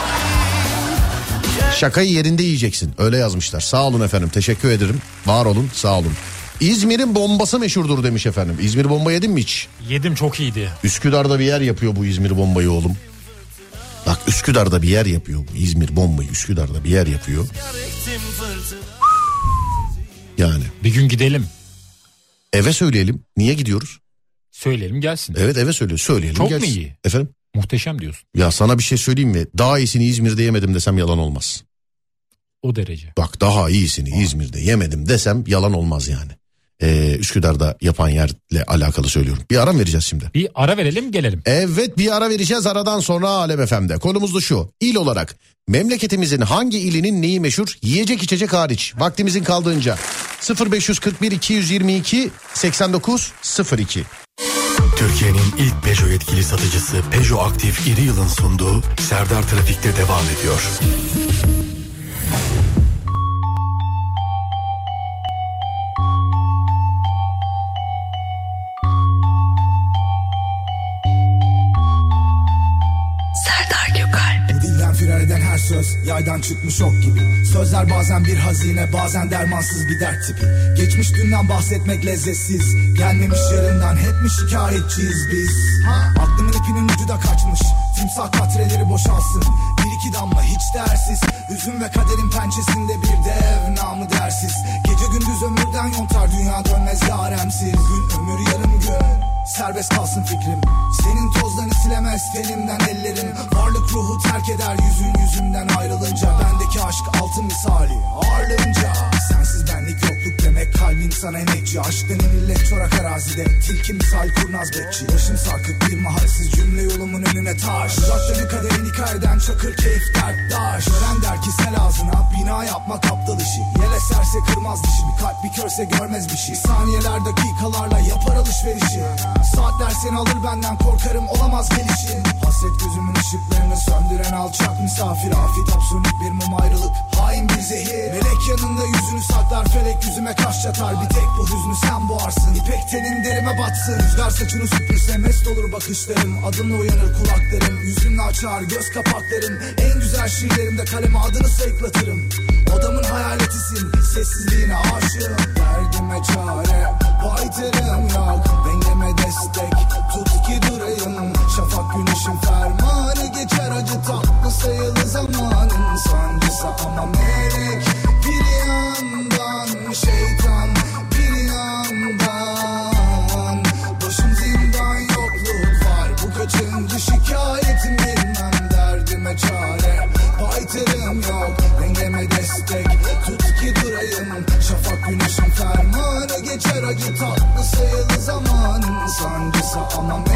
Şakayı yerinde yiyeceksin. Öyle yazmışlar. Sağ olun efendim. Teşekkür ederim. Var olun. Sağ olun. İzmir'in bombası meşhurdur demiş efendim. İzmir bomba yedin mi hiç? Yedim, çok iyiydi. Üsküdar'da bir yer yapıyor bu İzmir bombayı oğlum. Bak Üsküdar'da bir yer yapıyor bu İzmir bombayı. Üsküdar'da bir yer yapıyor. Yani. Bir gün gidelim. Eve söyleyelim. Niye gidiyoruz? Söyleyelim gelsin. Evet eve söyleyelim çok gelsin. mu iyi? Efendim? Muhteşem diyorsun. Ya sana bir şey söyleyeyim mi? Daha iyisini İzmir'de yemedim desem yalan olmaz. O derece. Bak daha iyisini İzmir'de yemedim desem yalan olmaz yani. Üsküdar'da yapan yerle alakalı söylüyorum. Bir ara vereceğiz şimdi. Bir ara verelim gelelim. Evet bir ara vereceğiz, aradan sonra Alem FM'de. Konumuz da şu: İl olarak memleketimizin hangi ilinin neyi meşhur? Yiyecek içecek hariç. Vaktimizin kaldığınca 0541 222 89 02. Türkiye'nin ilk Peugeot yetkili satıcısı Peugeot Aktif İri Yıl'ın sunduğu Serdar Trafik'te devam ediyor. Firar eden her söz yaydan çıkmış ok gibi. Sözler bazen bir hazine, bazen dermansız bir dert tipi. Geçmiş dünden bahsetmek lezzetsiz, gelmemiş yarından hep mi şikayetçiyiz biz? Aklımın ipinin ucu da kaçmış, timsah katreleri boşalsın. Bir iki damla hiç değersiz, hüzün ve kaderin pençesinde bir dev namı dersiz. Gece gündüz ömürden yontar, dünya dönmez yaremsiz. Gün ömür yarım gün, serbest kalsın fikrim. Senin tozlarını silemez tenimden ellerim. Varlık ruhu terk eder yüzümden ayrılınca. Bendeki aşk altın misali ağırlığınca. Sensiz benlik yokluk demek, kalbin sana emekçi. Aşk denen illet çorak arazide, tilki misal kurnaz bekçi. Başım sarkık bir mahalsiz cümle yolumun önüne taş. Uzakları kaderin hikayeden çakır keyif dert daş. Gören der ki sel ağzına bina yapmak aptal işi. Yel eserse kırmaz dişi, bir kalp bir körse görmez bir şey. Saniyeler dakikalarla yapar alışverişi. Saatler seni alır benden, korkarım olamaz gelişin. Hasret gözümün ışıklarını söndüren alçak misafir. Afit absürlük bir mum ayrılık, hain bir zehir. Melek yanında yüzünü saklar, felek yüzüme kaş çatar. Bir tek bu hüznü sen boğarsın, ipek tenin derime batsın. Rüzgar saçını süpürse mest olur bakışlarım. Adınla uyanır kulaklarım, yüzünle açar göz kapaklarım. En güzel şiirlerimde kaleme adını sayıklatırım. Odamın hayaletisin, sessizliğine aşığım. Derdime çare, baytırım yok. Dengeme destek, tut ki durayım. Şafak güneşin fermanı geçer, acı tatlı sayılı zamanın sancısı ama melek. Bir yandan şeytan, bir yandan başım zindan, yokluk var. Bu kaçıncı şikayetim bilmem, derdime çare, baytırım yok. Dengeme destek, tut ki durayım. Şafak güneşin fermanı geçer, acı tatlı sayılı zamanın sancısı ama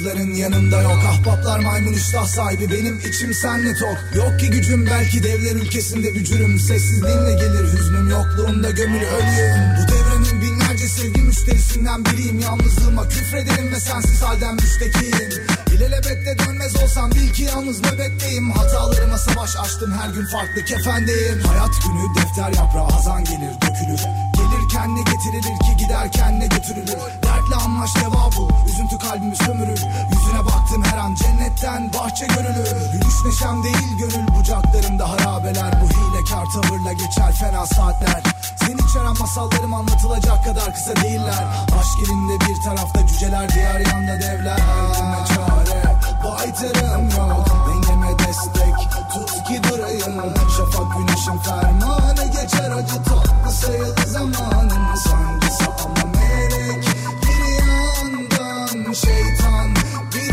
Dostların yanımda yok. Ahbaplar maymun iştah sahibi. Benim içim senle tok. Yok ki gücüm, belki devler ülkesinde bücürüm. Sessizliğinle gelir hüznüm, yokluğumda gömülü ölüyüm. Bu devrenin binlerce sevgi müşterisinden biriyim. Yalnızlığıma küfrederim ve sensiz halden müstekiyim. İlelebette dönmez olsam bil ki yalnız nöbetteyim. Hatalarıma savaş açtım, her gün farklı kefendeyim. Hayat günü defter yaprağı hazan gelir dökülür. Gelirken ne getirilir ki giderken ne götürülür. Dertle anlaş deva bul, üzüntü kalbimi sömürür. Yüzüne baktım her an cennetten bahçe görülür. Gülüş neşem değil gönül bucaklarımda harabeler. Bu hilekar tavırla geçer fena saatler. Seni içeren masallarım anlatılacak kadar kısa değiller. Aşk elinde bir tarafta cüceler, diğer yanda devler. Derdime çare, baytarım yok. Dengeme destek, tut ki durayım. Şafak güneşin fermanı geçer, acı tatlı sayılı zamanın sancısı ama melek. Bir yandan şeytan, bir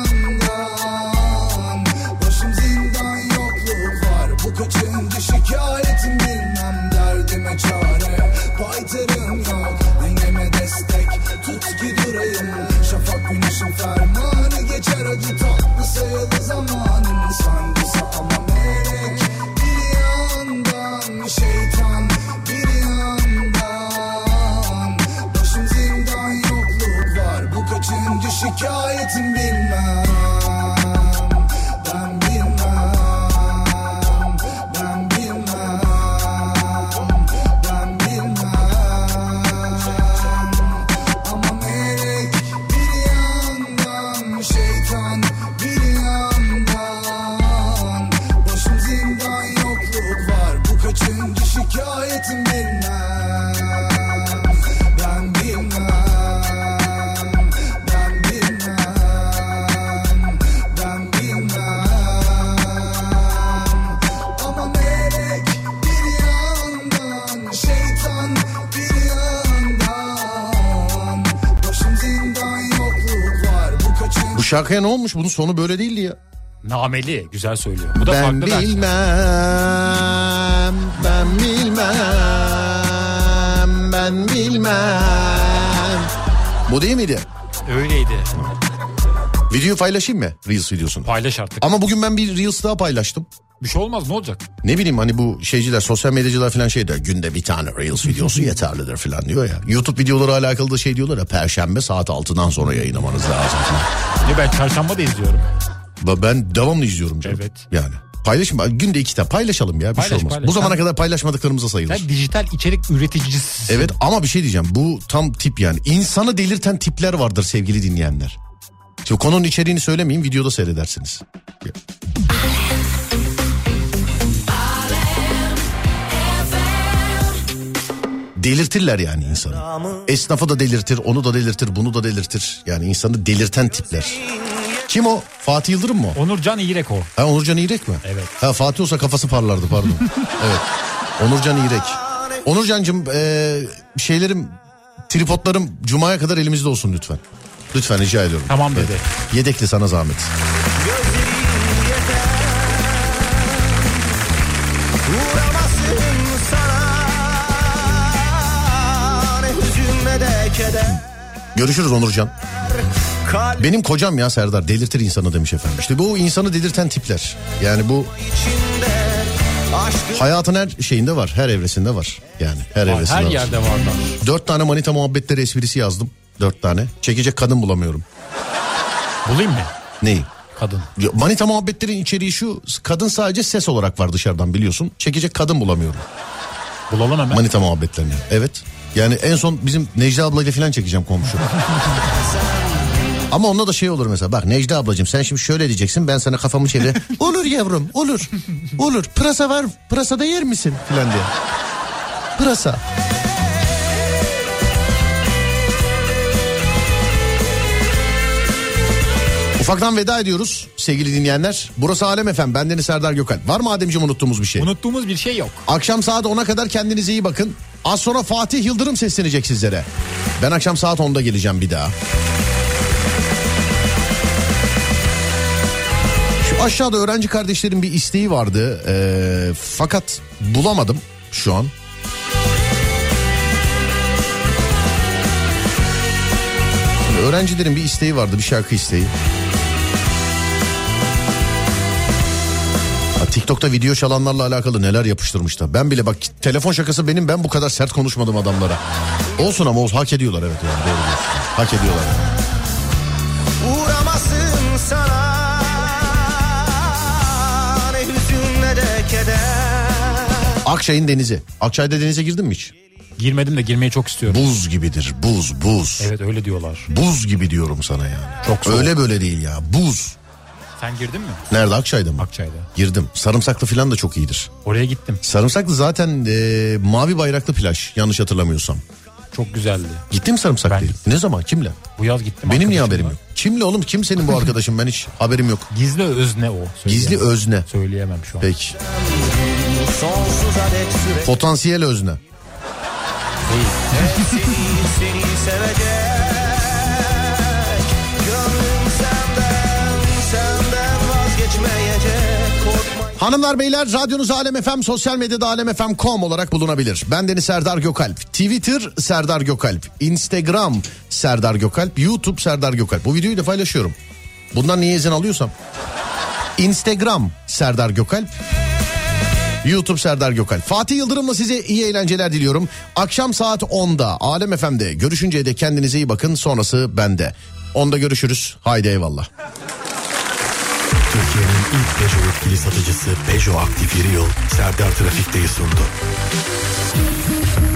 yandan başım zindan, yokluk var. Bu kaçıncı şikayetim bilmem, derdime çare, baytarım yok. Dengeme destek, tut ki durayım. Şafak güneşin fermanı geçer, acı tatlı sayılı zamanın sancısı ama melek. Bir yandan şeytan, bir yandan başım zindan, yokluk var. Bu kaçıncı şikayetim bilmem. Ben bilmem, ben bilmem, ben bilmem. Ama melek bir yandan, şeytan bir yandan başım zindan, yokluk var. Bu kaçıncı şikayetim bilmem. Ben bilmem, ben bilmem, ben bilmem. Ama melek bir yandan, şeytan bir yandan başım zindan, yokluk var. Bu kaçıncı. Bu şarkıya ne olmuş? Bunun sonu böyle değildi ya. Nameli güzel söylüyor. Bu da Ben farklı versiyon. bilmem, ben bilmem, ben bilmem. Bu değil miydi? Öyleydi. Videoyu paylaşayım mı? Reels videosunu. Paylaş artık. Ama bugün ben bir Reels daha paylaştım. Bir şey olmaz, ne olacak? Ne bileyim hani bu şeyciler, sosyal medyacılar falan şey der. Günde bir tane Reels videosu yeterlidir falan diyor ya. YouTube videoları alakalı da şey diyorlar ya. Perşembe saat 6'dan sonra yayınlamanız lazım falan. Ne, ben çarşamba da izliyorum. Ben devamlı izliyorum canım. Evet. Yani paylaşım, günde 2 tane paylaşalım ya, bir Paylaş, şey olmaz. paylaş. Bu zamana kadar paylaşmadıklarımıza sayılır. Sen dijital içerik üreticisisin. Evet ama bir şey diyeceğim, bu tam tip yani. İnsanı delirten tipler vardır sevgili dinleyenler. Şimdi konunun içeriğini söylemeyeyim, videoda seyredersiniz. Delirtirler yani insanı. Esnafı da delirtir, onu da delirtir, bunu da delirtir. Yani insanı delirten tipler. Kim o? Fatih Yıldırım mı o? Onurcan İğrek o. Ha, Onurcan İğrek mi? Evet. Ha, Fatih olsa kafası parlardı, pardon. Evet. Onurcan İğrek. Onurcancığım şeylerim, tripodlarım Cuma'ya kadar elimizde olsun lütfen. Lütfen rica ediyorum. Tamam dedi. Evet. Yedekli, sana zahmet. Görüşürüz Onurcan. Benim kocam ya Serdar, delirtir insanı demiş efendim. İşte bu insanı delirten tipler. Yani bu hayatın her şeyinde var, her evresinde var. Yani her evresinde Her var. yerde varlar. 4 tane manita muhabbetleri esprisi yazdım. 4 tane. Çekecek kadın bulamıyorum. Bulayım mı? Neyi? Kadın. Ya, manita muhabbetlerin içeriği şu: kadın sadece ses olarak var dışarıdan, biliyorsun. Çekecek kadın bulamıyorum. Bulalım hemen. Manita muhabbetlerini. Evet. Yani en son bizim Necla ablayla falan çekeceğim komşu. Ama onunla da şey olur mesela. Bak Necla ablacığım, sen şimdi şöyle diyeceksin, ben sana kafamı çevire. Olur yavrum, olur. Olur. Pırasa var. Pırasa da yer misin? Falan diye. Pırasa. Ufaktan veda ediyoruz sevgili dinleyenler. Burası Alem FM. Bendeniz Serdar Gökalp. Var mı Ademciğim unuttuğumuz bir şey? Unuttuğumuz bir şey yok. Akşam saat 10'a kadar kendinize iyi bakın. Az sonra Fatih Yıldırım seslenecek sizlere. Ben akşam saat 10'da geleceğim bir daha. Şu aşağıda öğrenci kardeşlerin bir isteği vardı. Fakat bulamadım şu an. Öğrencilerin bir isteği vardı, bir şarkı isteği. TikTok'ta video çalanlarla alakalı neler yapıştırmışlar. Ben bile bak, telefon şakası benim, ben bu kadar sert konuşmadım adamlara. Olsun ama hak ediyorlar, evet yani, doğru diyorsun. Hak ediyorlar. Uğramasın sana ne hüzün ne de keder. Akçay'ın denizi. Akçay'da denize girdin mi hiç? Girmedim de girmeyi çok istiyorum. Buz gibidir, buz. Evet, öyle diyorlar. Buz gibi diyorum sana yani. Çok soğuk. Öyle böyle değil ya, buz. Sen girdin mi? Nerede, Akçay'da mı? Akçay'da. Girdim. Sarımsaklı falan da çok iyidir. Oraya gittim. Sarımsaklı zaten mavi bayraklı plaj, yanlış hatırlamıyorsam. Çok güzeldi. Gittin mi Sarımsaklı'ya? Ben gittim. Ne zaman, kimle? Bu yaz gittim. Benim niye haberim arkadaşımla. yok? Kimle oğlum, kim senin bu arkadaşın, ben hiç haberim yok. Gizli özne o. Gizli özne. Söyleyemem şu an. Peki. Sonsuza dek süre Potansiyel özne. seni sevecek. Gönlüm senden vazgeçmeyecek. Korkma. Hanımlar beyler, radyonuz Alem FM, sosyal medyada alemfm.com olarak bulunabilir. Bendeniz Serdar Gökalp. Twitter Serdar Gökalp. Instagram Serdar Gökalp. YouTube Serdar Gökalp. Bu videoyu da paylaşıyorum. Bundan niye izin alıyorsam. Instagram Serdar Gökalp. YouTube Serdar Gökalp. Fatih Yıldırım'la size iyi eğlenceler diliyorum. Akşam saat 10'da Alem FM'de görüşünceye dek kendinize iyi bakın. Sonrası bende. 10'da görüşürüz. Haydi eyvallah. Türkiye'nin ilk Peugeot yetkili satıcısı Peugeot Aktif İri Yıl Serdar Trafik'teyi sundu.